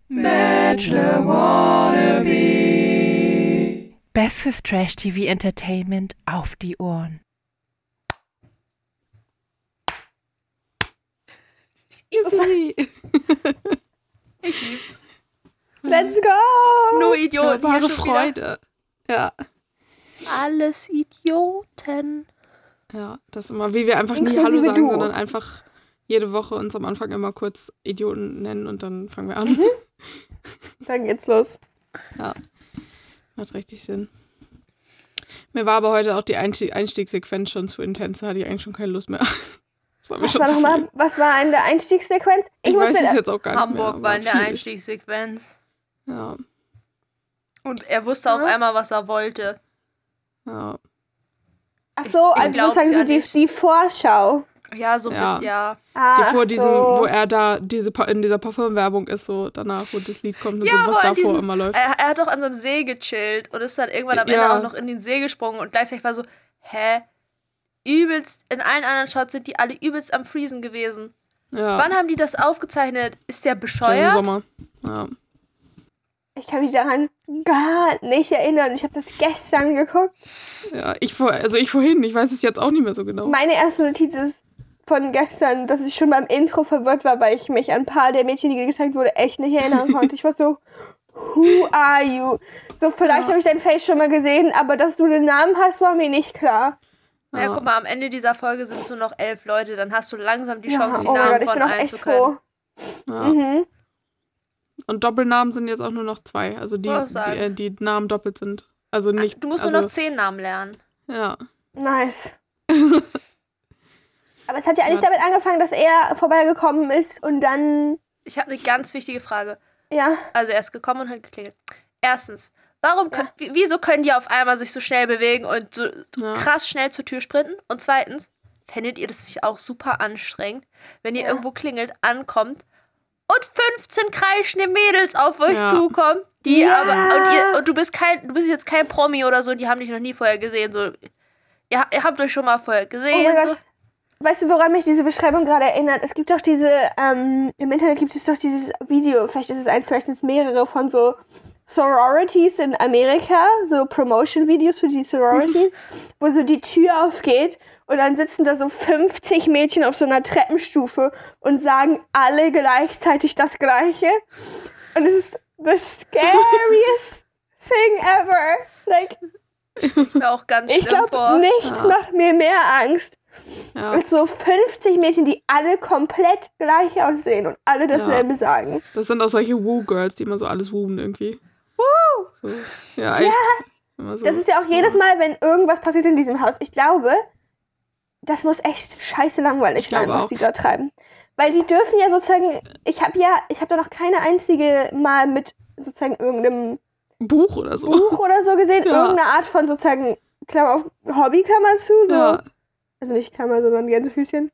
Bachelor Wannabe. Bestes Trash-TV-Entertainment auf die Ohren. Easy. Ich lieb's. Let's go! Nur Idioten. Wahre hier schon wieder. Freude. Ja. Alles Idioten. Ja, das ist immer, wie wir einfach nie Inklusive Hallo sagen, du. sondern einfach jede Woche uns am Anfang immer kurz Idioten nennen und dann fangen wir an. Dann geht's los. Ja, macht richtig Sinn. Mir war aber heute auch die Einstiegssequenz schon zu intens, da hatte ich eigentlich schon keine Lust mehr. Das war mir schon zu viel. Was war in der Einstiegssequenz? Ich weiß es jetzt auch gar nicht mehr. Hamburg war in der viel. Einstiegssequenz. Ja, Und er wusste auf einmal, was er wollte. ja. Ach so, Ich also glaub's sozusagen ja so nicht. die Vorschau. Ja, so ein Ja. bisschen, ja. Ah, Vor ach diesem, so. wo er da in dieser Parfümwerbung ist, so danach, wo das Lied kommt und Ja, so, wo was er davor immer läuft. Er hat doch an so einem See gechillt und ist dann irgendwann am Ja. Ende auch noch in den See gesprungen und gleichzeitig war so, übelst, in allen anderen Shots sind die alle übelst am Freezen gewesen. Ja, Wann haben die das aufgezeichert? Ist der schon im bescheuert? Sommer. Ja. Ich kann mich daran gar nicht erinnern. Ich habe das gestern geguckt. Ja, ich vorhin, ich weiß es jetzt auch nicht mehr so genau. Meine erste Notiz ist von gestern, dass ich schon beim Intro verwirrt war, weil ich mich an ein paar der Mädchen, die gezeigt wurde, echt nicht erinnern konnte. Ich war so, who are you? So, vielleicht Ja. habe ich dein Face schon mal gesehen, aber dass du den Namen hast, war mir nicht klar. Ja, guck mal, am Ende dieser Folge sind es nur noch 11 Leute, dann hast du langsam die Chance, die oh mein Namen Gott, ich von bin auch allen echt zu froh. können. Ja. Mhm. Und Doppelnamen sind jetzt auch nur noch 2, also Wollte sagen. die Namen doppelt sind. Also nicht. Du musst also, nur noch 10 Namen lernen. Ja. Nice. Aber es hat ja eigentlich damit angefangen, dass er vorbeigekommen ist und dann, Ich habe eine ganz wichtige Frage. ja, Also er ist gekommen und hat geklingelt. Erstens, wieso können die auf einmal sich so schnell bewegen und so Ja. krass schnell zur Tür sprinten? Und zweitens, fändet ihr das nicht auch super anstrengend, wenn ihr irgendwo klingelt, ankommt und 15 kreischende Mädels auf euch Ja. zukommen, die Ja. aber und du bist jetzt kein Promi oder so, die haben dich noch nie vorher gesehen, so ihr habt euch schon mal vorher oh gesehen, mein so. Gott. Weißt du, woran mich diese Beschreibung gerade erinnert? Es gibt doch im Internet gibt es doch dieses Video, vielleicht ist es eins, vielleicht sind es mehrere von so Sororities in Amerika, so Promotion-Videos für die Sororities, wo so die Tür aufgeht und dann sitzen da so 50 Mädchen auf so einer Treppenstufe und sagen alle gleichzeitig das Gleiche. Und es ist the scariest thing ever. Like, Ich mir auch ganz ich schlimm vor. glaube, nichts macht mir mehr Angst. Ja. Mit so 50 Mädchen, die alle komplett gleich aussehen und alle dasselbe sagen. Das sind auch solche Woo-Girls, die immer so alles wooen irgendwie. Woo! So. Ja, echt. Immer so. Das ist ja auch jedes Mal, wenn irgendwas passiert in diesem Haus. Ich glaube, das muss echt scheiße langweilig Ich sein, glaube was auch. die da treiben. Weil die dürfen ja sozusagen, ich habe da noch keine einzige Mal mit sozusagen irgendeinem Buch oder so. Buch oder so gesehen, Ja. irgendeine Art von sozusagen, Klammer auf, Hobbyklammer zu, so. Ja. Also nicht Klammer, sondern Gänsefüßchen.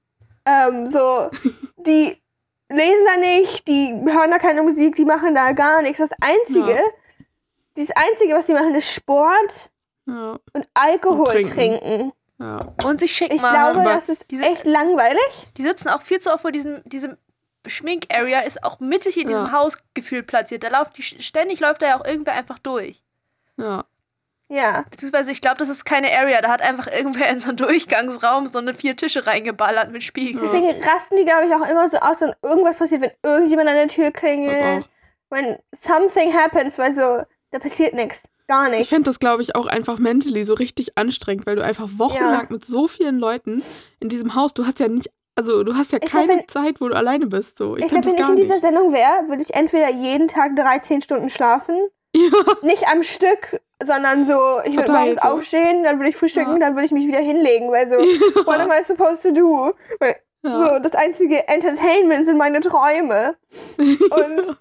So, die lesen da nicht, die hören da keine Musik, die machen da gar nichts. Das Einzige, was die machen, ist Sport Ja. und Alkohol Und trinken. trinken. Ja. Und sich schick Ich machen. glaube, aber das ist diese- echt langweilig. Die sitzen auch viel zu oft vor diesem Schmink-Area, ist auch mittig in diesem Haus gefühlt platziert. Ständig läuft da ja auch irgendwer einfach durch. Ja. Ja. Beziehungsweise, ich glaube, das ist keine Area. Da hat einfach irgendwer in so einen Durchgangsraum so 4 Tische reingeballert mit Spiegeln. Deswegen rasten die, glaube ich, auch immer so aus, wenn irgendwas passiert, wenn irgendjemand an der Tür Glaub klingelt. auch. When something happens, weil so, da passiert nichts. Gar Ich nichts. finde das, glaube ich, auch einfach mentally so richtig anstrengend, weil du einfach wochenlang mit so vielen Leuten in diesem Haus, du hast ja Ich keine glaub, Zeit, wo du alleine bist. So. Ich Ich kann glaube, das wenn ich gar in dieser nicht. Sendung wäre, würde ich entweder jeden Tag 13 Stunden schlafen. Ja. Nicht am Stück, sondern so, ich würde Verteilt morgens so. aufstehen, dann würde ich frühstücken, Ja. dann würde ich mich wieder hinlegen, weil so, what am I supposed to do? Weil Ja. so, das einzige Entertainment sind meine Träume. Und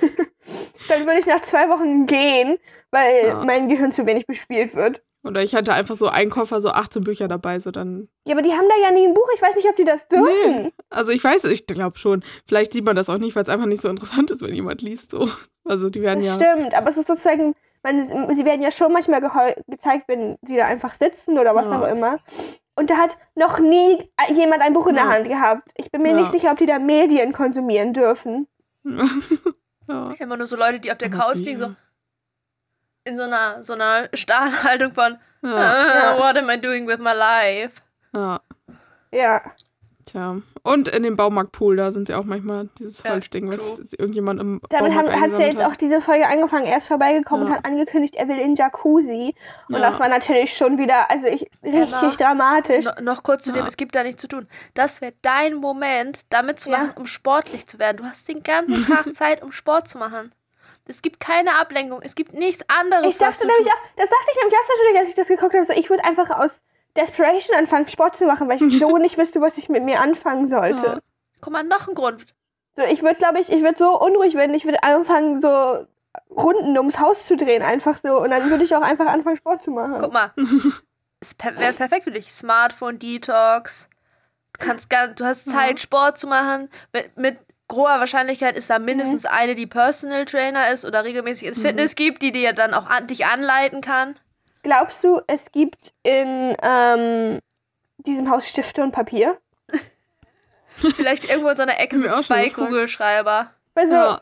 dann würde ich nach 2 Wochen gehen, weil mein Gehirn zu wenig bespielt wird. Oder ich hatte einfach so einen Koffer, so 18 Bücher dabei, so dann. Ja, aber die haben da ja nie ein Buch. Ich weiß nicht, ob die das dürfen. Nee. Also ich glaube schon. Vielleicht sieht man das auch nicht, weil es einfach nicht so interessant ist, wenn jemand liest. So. Also die werden Das ja. stimmt, aber es ist sozusagen, sie werden ja schon manchmal gezeigt, wenn sie da einfach sitzen oder was auch immer. Und da hat noch nie jemand ein Buch in der Hand gehabt. Ich bin mir nicht sicher, ob die da Medien konsumieren dürfen. Ja. Immer nur so Leute, die auf der Couch liegen, so in so einer Starrhaltung von what am I doing with my life? Ja. Tja. Und in dem Baumarktpool, da sind sie auch manchmal, dieses Holzding, was irgendjemand im Damit Baumarkt hat sie jetzt auch diese Folge angefangen. Er ist vorbeigekommen und hat angekündigt, er will in Jacuzzi. Und das war natürlich schon wieder, richtig dramatisch. Noch kurz zu dem, es gibt da nichts zu tun. Das wäre dein Moment, damit zu machen, um sportlich zu werden. Du hast den ganzen Tag Zeit, um Sport zu machen. Es gibt keine Ablenkung, es gibt nichts anderes, Das dachte ich nämlich auch natürlich, als ich das geguckt habe. So, ich würde einfach aus Desperation anfangen, Sport zu machen, weil ich so nicht wüsste, was ich mit mir anfangen sollte. Ja. Guck mal, noch ein Grund. So, ich würde so unruhig werden, ich würde anfangen, so Runden ums Haus zu drehen, einfach so. Und dann würde ich auch einfach anfangen, Sport zu machen. Guck mal, es wäre perfekt für dich. Smartphone-Detox. Du hast Zeit, Sport zu machen. Mit großer Wahrscheinlichkeit ist da mindestens eine, die Personal Trainer ist oder regelmäßig ins Fitness gibt, die dir dann auch dich anleiten kann. Glaubst du, es gibt in diesem Haus Stifte und Papier? Vielleicht irgendwo in so einer Ecke so 2 Kugelschreiber. Also,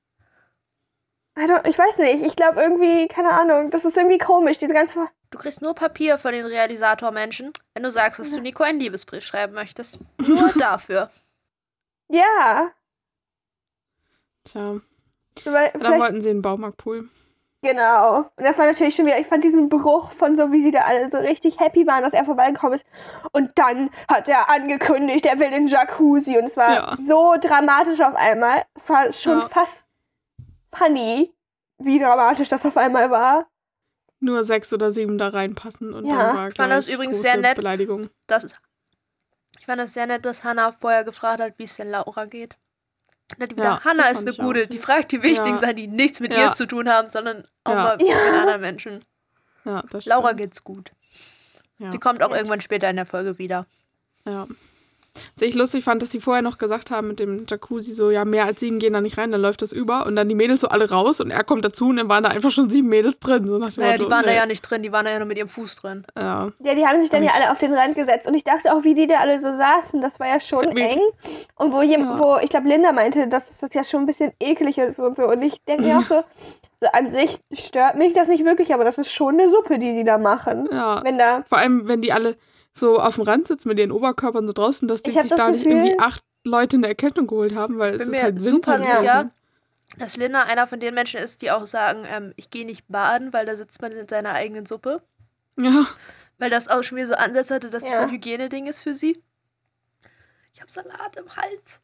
ich weiß nicht. Ich glaube irgendwie, keine Ahnung, das ist irgendwie komisch. Diese ganze Du kriegst nur Papier von den Realisator-Menschen, wenn du sagst, dass du Nico einen Liebesbrief schreiben möchtest. Nur dafür. Ja. Tja. Weil Dann wollten sie einen Baumarktpool. Genau. Und das war natürlich schon wieder, ich fand diesen Bruch von so, wie sie da alle so richtig happy waren, dass er vorbeigekommen ist. Und dann hat er angekündigt, er will in Jacuzzi. Und es war so dramatisch auf einmal. Es war schon fast funny, wie dramatisch das auf einmal war. Nur 6 oder 7 da reinpassen und dann war, ich fand das übrigens sehr nett. Beleidigung. Ich fand das sehr nett, dass Hannah vorher gefragt hat, wie es denn Laura geht. Hannah ist eine gute, die fragt die wichtigen Sachen, die nichts mit ihr zu tun haben, sondern auch mal mit anderen Menschen. Ja, das stimmt. Laura geht's gut. Ja. Die kommt auch irgendwann später in der Folge wieder. Ja. Was ich lustig fand, dass sie vorher noch gesagt haben mit dem Jacuzzi so, ja, mehr als 7 gehen da nicht rein, dann läuft das über und dann die Mädels so alle raus und er kommt dazu und dann waren da einfach schon 7 Mädels drin. So nach dem Motto, die waren da ja nicht drin, die waren da ja nur mit ihrem Fuß drin. Ja, die haben sich dann ja alle auf den Rand gesetzt und ich dachte auch, wie die da alle so saßen, das war ja schon eng. Und wo ich glaube, Linda meinte, dass das ja schon ein bisschen eklig ist und so. Und ich denke mir auch so an sich stört mich das nicht wirklich, aber das ist schon eine Suppe, die da machen. Ja, vor allem, wenn die alle so auf dem Rand sitzen mit ihren Oberkörpern so draußen, dass die sich da nicht irgendwie 8 Leute eine Erkältung geholt haben, weil es ist halt super sicher, dass Linda einer von den Menschen ist, die auch sagen, ich gehe nicht baden, weil da sitzt man in seiner eigenen Suppe. Ja. Weil das auch schon wieder so Ansätze hatte, dass das so ein Hygieneding ist für sie. Ich habe Salat im Hals.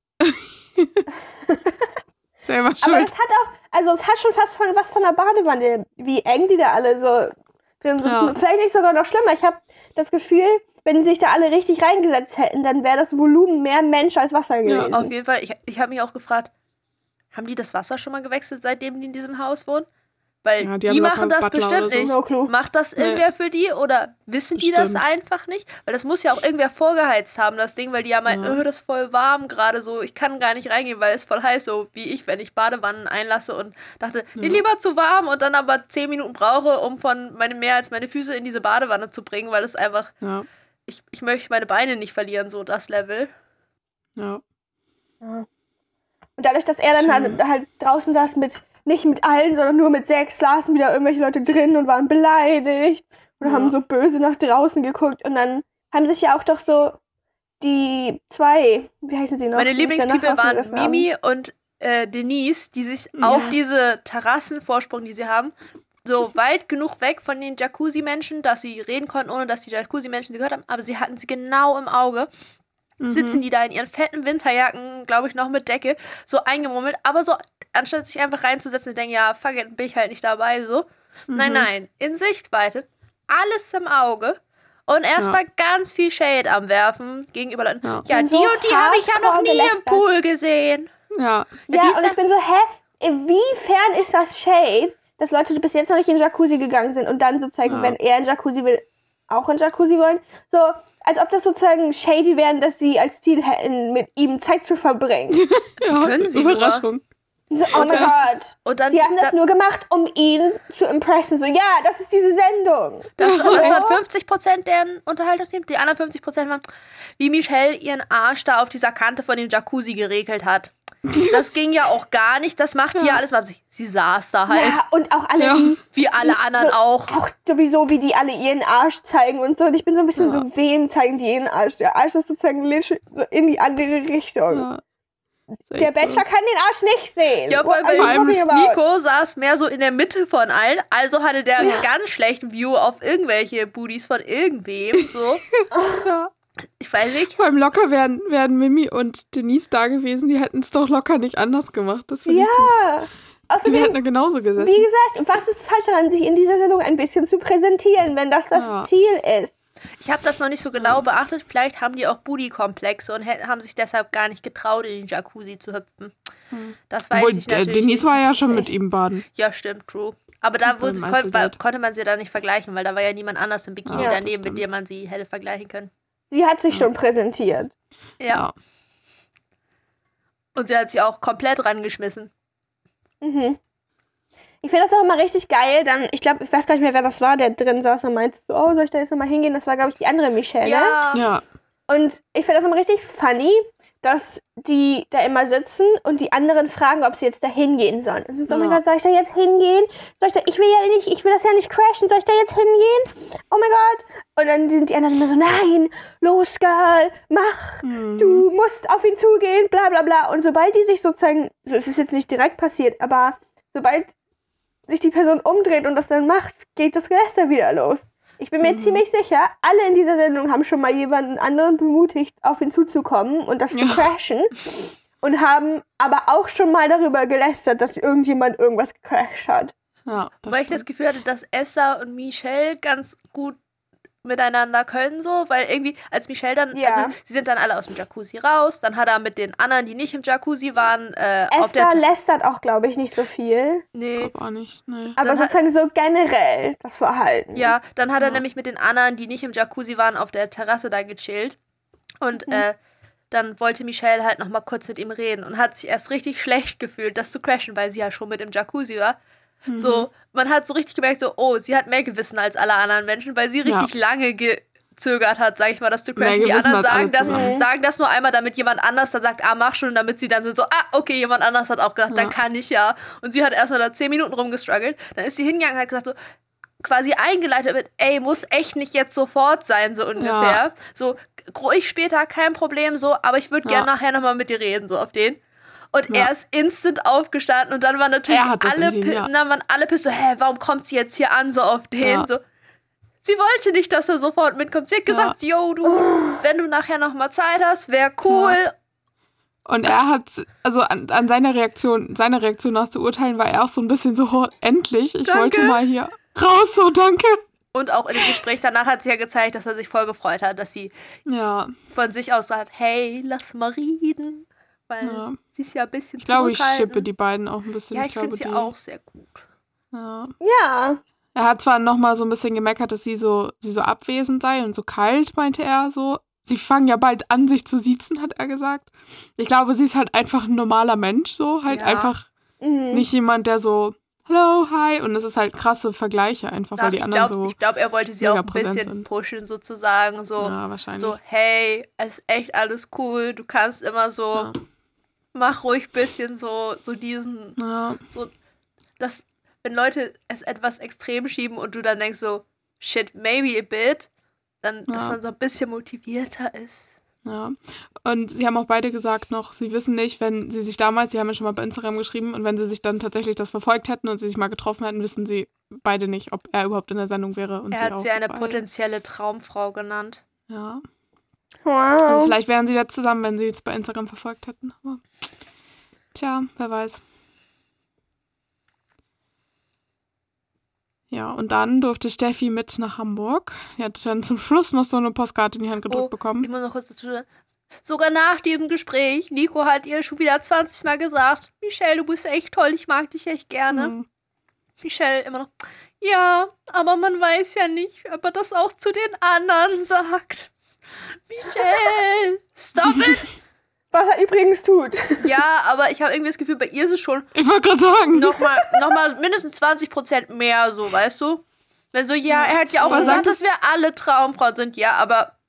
Selber schuld. Aber es hat schon fast was von der Badewanne, wie eng die da alle so drin sitzen. Ja. Vielleicht nicht sogar noch schlimmer. Ich habe das Gefühl, wenn die sich da alle richtig reingesetzt hätten, dann wäre das Volumen mehr Mensch als Wasser gewesen. Ja, auf jeden Fall. Ich habe mich auch gefragt, haben die das Wasser schon mal gewechselt, seitdem die in diesem Haus wohnen? Weil die machen das bestimmt nicht. Macht das irgendwer für die oder wissen die das einfach nicht? Weil das muss ja auch irgendwer vorgeheizt haben, das Ding, weil die ja meinen, das ist voll warm gerade so, ich kann gar nicht reingehen, weil es voll heiß, so wie ich, wenn ich Badewannen einlasse und dachte, nee, lieber zu warm und dann aber 10 Minuten brauche, um von mehr als meine Füße in diese Badewanne zu bringen, weil es einfach, ich möchte meine Beine nicht verlieren, so das Level. Ja. Und dadurch, dass er dann halt draußen saß nicht mit allen, sondern nur mit 6, saßen wieder irgendwelche Leute drin und waren beleidigt und haben so böse nach draußen geguckt. Und dann haben sich ja auch doch so die 2, wie heißen sie noch? Meine Lieblingspeople waren Mimi und Denise, die sich auf diese Terrassenvorsprung, die sie haben, so weit genug weg von den Jacuzzi-Menschen, dass sie reden konnten, ohne dass die Jacuzzi-Menschen sie gehört haben, aber sie hatten sie genau im Auge. Sitzen die da in ihren fetten Winterjacken, glaube ich, noch mit Decke, so eingemummelt, aber so, anstatt sich einfach reinzusetzen und denken, ja, fuck it, bin ich halt nicht dabei, so. Nein, in Sichtweite, alles im Auge und erstmal ganz viel Shade am Werfen gegenüber Leuten. Ja, die und die habe ich ja noch nie im Pool gesehen. Ja, und ich bin so, inwiefern ist das Shade, dass Leute bis jetzt noch nicht in den Jacuzzi gegangen sind und dann sozusagen, wenn er in den Jacuzzi will, auch in den Jacuzzi wollen, so, als ob das sozusagen shady wären, dass sie als Ziel hätten, mit ihm Zeit zu verbringen. Können sie Überraschung. So, oh mein Gott. Und dann, die haben das nur gemacht, um ihn zu impressen. So, ja, das ist diese Sendung. Das waren 50% deren Unterhaltungsteam. Die anderen 50% waren, wie Michelle ihren Arsch da auf dieser Kante von dem Jacuzzi geregelt hat. Das ging ja auch gar nicht. Das macht die ja alles mal. Sie saß da halt. Ja, und auch alle, wie alle anderen auch. Auch sowieso, wie die alle ihren Arsch zeigen und so. Und ich bin so ein bisschen so, wen zeigen die ihren Arsch? Der Arsch ist sozusagen so in die andere Richtung. Ja. Der Bachelor kann den Arsch nicht sehen. Ja, weil Nico saß mehr so in der Mitte von allen. Also hatte der einen ganz schlechten View auf irgendwelche Booties von irgendwem. So. Ja. Ich weiß nicht. Beim locker wären Mimi und Denise da gewesen, die hätten es doch locker nicht anders gemacht. Das finde ich Außerdem, die hätten da genauso gesessen. Wie gesagt, was ist falsch daran, sich in dieser Sendung ein bisschen zu präsentieren, wenn das Ziel ist? Ich habe das noch nicht so genau beachtet. Vielleicht haben die auch Booty-Komplexe und haben sich deshalb gar nicht getraut, in den Jacuzzi zu hüpfen. Das weiß ich natürlich Denise nicht. war ja schon mit ihm baden. Ja, stimmt, true. Aber da konnte man sie da nicht vergleichen, weil da war ja niemand anders im Bikini daneben, mit dem man sie hätte vergleichen können. Sie hat sich schon präsentiert. Ja. Und sie hat sich auch komplett rangeschmissen. Mhm. Ich finde das auch immer richtig geil, dann, ich glaube, ich weiß gar nicht mehr, wer das war, der drin saß und meinte so, soll ich da jetzt nochmal hingehen? Das war, glaube ich, die andere Michelle. Ja. Und ich finde das immer richtig funny, dass die da immer sitzen und die anderen fragen, ob sie jetzt da hingehen sollen. Und sind so, oh mein Gott, soll ich da jetzt hingehen? Ich will das ja nicht crashen, soll ich da jetzt hingehen? Oh mein Gott. Und dann sind die anderen immer so, nein, los, Girl, mach, du musst auf ihn zugehen, bla bla bla. Und sobald die sich sozusagen, so es ist jetzt nicht direkt passiert, aber sobald sich die Person umdreht und das dann macht, geht das Geläster wieder los. Ich bin mir ziemlich sicher, alle in dieser Sendung haben schon mal jemanden anderen bemutigt, auf ihn zuzukommen und das zu crashen. Und haben aber auch schon mal darüber gelästert, dass irgendjemand irgendwas gecrashed hat. Ja, weil ich das Gefühl hatte, dass Essa und Michelle ganz gut miteinander können, so, weil irgendwie, als Michelle dann, also sie sind dann alle aus dem Jacuzzi raus, dann hat er mit den anderen, die nicht im Jacuzzi waren, auf der... Esther lästert auch, glaube ich, nicht so viel. Nee. Ich glaube auch nicht, nee. Aber dann sozusagen so generell das Verhalten. Ja, dann hat er nämlich mit den anderen, die nicht im Jacuzzi waren, auf der Terrasse da gechillt und dann wollte Michelle halt nochmal kurz mit ihm reden und hat sich erst richtig schlecht gefühlt, das zu crashen, weil sie ja schon mit im Jacuzzi war. So, man hat so richtig gemerkt, so, oh, sie hat mehr Gewissen als alle anderen Menschen, weil sie richtig lange gezögert hat, sag ich mal, das zu crashen. Die anderen sagen das nur einmal, damit jemand anders dann sagt, mach schon, damit sie dann so, okay, jemand anders hat auch gesagt, dann kann ich ja. Und sie hat erstmal da 10 Minuten rumgestruggelt. Dann ist sie hingegangen und hat gesagt so, quasi eingeleitet mit, ey, muss echt nicht jetzt sofort sein, so ungefähr. Ja. So, ruhig später, kein Problem, so, aber ich würde gerne nachher nochmal mit dir reden, so auf den. Und er ist instant aufgestanden und dann waren natürlich alle pissed, so, warum kommt sie jetzt hier an, so auf den, so. Sie wollte nicht, dass er sofort mitkommt. Sie hat gesagt, yo, du, wenn du nachher nochmal Zeit hast, wäre cool. Ja. Und er hat, also an seiner Reaktion nach zu urteilen, war er auch so ein bisschen so, endlich, ich wollte mal hier raus, so, danke. Und auch in dem Gespräch danach hat sie ja gezeigt, dass er sich voll gefreut hat, dass sie von sich aus sagt, hey, lass mal reden. Weil sie ist ja ein bisschen zurückhaltend. Ich glaube, ich schippe die beiden auch ein bisschen. Ja, ich finde sie auch sehr gut. Ja. Er hat zwar nochmal so ein bisschen gemeckert, dass sie so abwesend sei und so kalt, meinte er so. Sie fangen ja bald an, sich zu siezen, hat er gesagt. Ich glaube, sie ist halt einfach ein normaler Mensch, so. Halt einfach nicht jemand, der so, hello, hi. Und es ist halt krasse Vergleiche einfach, weil die anderen so. Ich glaube, er wollte sie auch ein bisschen pushen, sozusagen. So, ja, wahrscheinlich. So, hey, es ist echt alles cool. Du kannst immer so, mach ruhig ein bisschen so diesen, so, dass, wenn Leute es etwas extrem schieben und du dann denkst so, shit, maybe a bit, dann, dass man so ein bisschen motivierter ist. Ja, und sie haben auch beide gesagt noch, sie wissen nicht, wenn sie sich damals, sie haben ja schon mal bei Instagram geschrieben, und wenn sie sich dann tatsächlich das verfolgt hätten und sie sich mal getroffen hätten, wissen sie beide nicht, ob er überhaupt in der Sendung wäre. Und er hat sie eine potenzielle Traumfrau genannt. Ja. Wow. Also vielleicht wären sie jetzt zusammen, wenn sie jetzt bei Instagram verfolgt hätten. Aber tja, wer weiß. Ja, und dann durfte Steffi mit nach Hamburg. Die hat dann zum Schluss noch so eine Postkarte in die Hand gedrückt bekommen. Ich muss noch kurz dazu sagen. Sogar nach diesem Gespräch, Nico hat ihr schon wieder 20 Mal gesagt, Michelle, du bist echt toll, ich mag dich echt gerne. Michelle immer noch, ja, aber man weiß ja nicht, ob er das auch zu den anderen sagt. Michelle, stop it! Was er übrigens tut. Ja, aber ich habe irgendwie das Gefühl, bei ihr ist es schon. Ich wollte gerade sagen. Nochmal mindestens 20% mehr, so, weißt du? Wenn so, er hat ja auch gesagt, dass wir alle Traumfrauen sind, ja, aber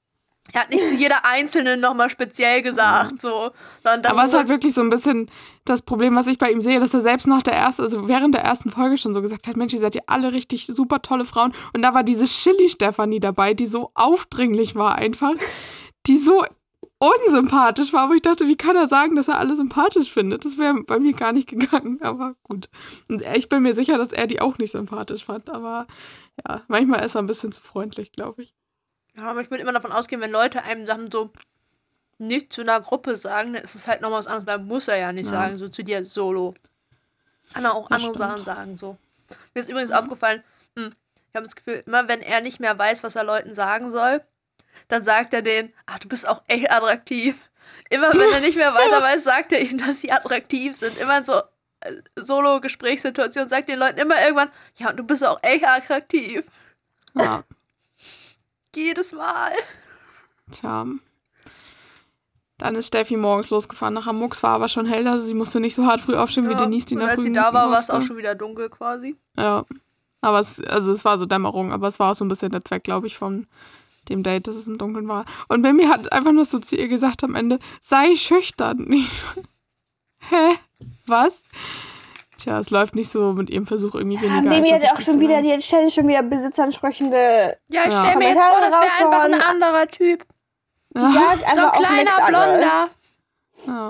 Er hat nicht zu jeder Einzelnen nochmal speziell gesagt, so. Sondern das Aber es ist ist halt wirklich so ein bisschen das Problem, was ich bei ihm sehe, dass er selbst während der ersten Folge schon so gesagt hat, Mensch, ihr seid ja alle richtig super tolle Frauen. Und da war diese Chili-Stefanie dabei, die so aufdringlich war einfach, die so unsympathisch war, wo ich dachte, wie kann er sagen, dass er alle sympathisch findet? Das wäre bei mir gar nicht gegangen, aber gut. Und ich bin mir sicher, dass er die auch nicht sympathisch fand, aber ja, manchmal ist er ein bisschen zu freundlich, glaube ich. Ja, aber ich würde immer davon ausgehen, wenn Leute einem Sachen so nicht zu einer Gruppe sagen, dann ist es halt nochmal was anderes, weil muss er ja nicht sagen, so zu dir solo. Kann er auch andere Sachen sagen, so. Mir ist übrigens aufgefallen, ich habe das Gefühl, immer wenn er nicht mehr weiß, was er Leuten sagen soll, dann sagt er denen, du bist auch echt attraktiv. Immer wenn er nicht mehr weiter weiß, sagt er ihnen, dass sie attraktiv sind. Immer in so Solo-Gesprächssituationen sagt den Leuten immer irgendwann, ja, du bist auch echt attraktiv. Ja. Jedes Mal. Tja. Dann ist Steffi morgens losgefahren nach Hamburg. Es war aber schon hell, also sie musste nicht so hart früh aufstehen, wie Denise, die nach Und als sie Rügen da war, war es musste. auch schon wieder dunkel quasi. Ja. Aber es war so Dämmerung, aber es war auch so ein bisschen der Zweck, glaube ich, von dem Date, dass es im Dunkeln war. Und Mimi hat einfach nur so zu ihr gesagt am Ende, sei schüchtern. Und ich so, hä? Was? Tja, es läuft nicht so mit ihrem Versuch irgendwie weniger. Mimi hat ja auch schon wieder, die ständig schon wieder besitzansprechende. Ja, ich stelle mir jetzt vor, das wäre einfach ein anderer Typ. Ja. Sagt So einfach ein auch nichts kleiner Blonder. anderes. Ja.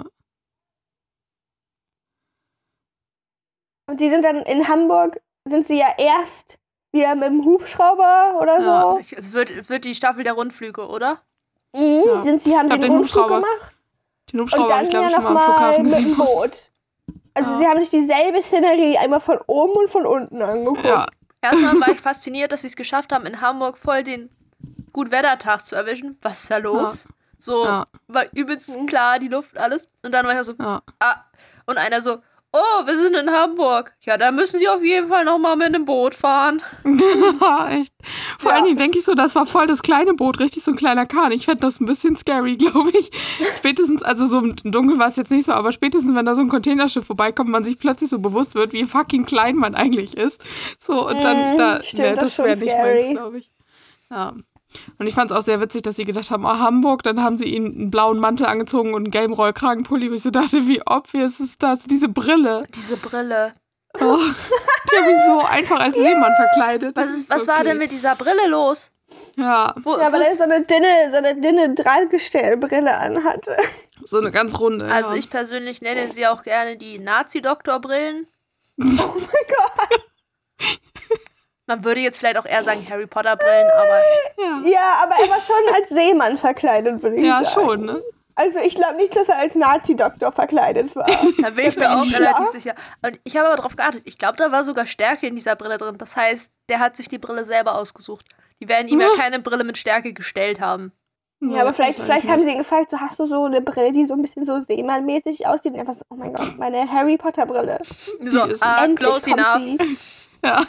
Und die sind dann in Hamburg, sind sie ja erst wieder mit dem Hubschrauber oder so. Es wird die Staffel der Rundflüge, oder? Mhm, Ja. haben Ich glaub, den Rundflug gemacht. Den Und Hubschrauber habe dann ich, glaube ja ich, schon mal am nochmal Flughafen mit dem gesehen. Boot. Also Ja. sie haben sich dieselbe Szenerie einmal von oben und von unten angeguckt. Ja. Erstmal war ich fasziniert, dass sie es geschafft haben, in Hamburg voll den Gutwettertag zu erwischen. Was ist da los? So, war übelst klar, die Luft, alles. Und dann war ich so, und einer so, oh, wir sind in Hamburg. Ja, da müssen sie auf jeden Fall nochmal mit einem Boot fahren. Echt. Vor allen Dingen denke ich so, das war voll das kleine Boot, richtig so ein kleiner Kahn. Ich fände das ein bisschen scary, glaube ich. Spätestens, also so im Dunkeln war es jetzt nicht so, aber spätestens, wenn da so ein Containerschiff vorbeikommt, man sich plötzlich so bewusst wird, wie fucking klein man eigentlich ist. So, und dann, stimmt, das wäre nicht meins, glaube ich. Ja. Und ich fand es auch sehr witzig, dass sie gedacht haben, Hamburg, dann haben sie ihnen einen blauen Mantel angezogen und einen gelben Rollkragenpulli, wo ich so dachte, wie obvious ist das? Diese Brille. Diese Brille. Oh, die haben ihn so einfach als Seemann verkleidet. Was war denn mit dieser Brille los? Ja. Weil er so eine dünne Drahtgestellbrille anhatte. So eine ganz runde. Also ich persönlich nenne sie auch gerne die Nazi-Doktorbrillen. Oh mein Gott. Man würde jetzt vielleicht auch eher sagen Harry Potter-Brillen, aber... Ja, aber er war schon als Seemann verkleidet, würde ich sagen. Ja, schon, ne? Also ich glaube nicht, dass er als Nazi-Doktor verkleidet war. Da bin ich mir auch relativ sicher. Und ich habe aber darauf geachtet. Ich glaube, da war sogar Stärke in dieser Brille drin. Das heißt, der hat sich die Brille selber ausgesucht. Die werden ihm ja keine Brille mit Stärke gestellt haben. Ja, aber vielleicht haben sie ihn gefragt, so hast du so eine Brille, die so ein bisschen so Seemann-mäßig aussieht. Und einfach so, oh mein Gott, meine Harry Potter-Brille. So, close enough. Ja.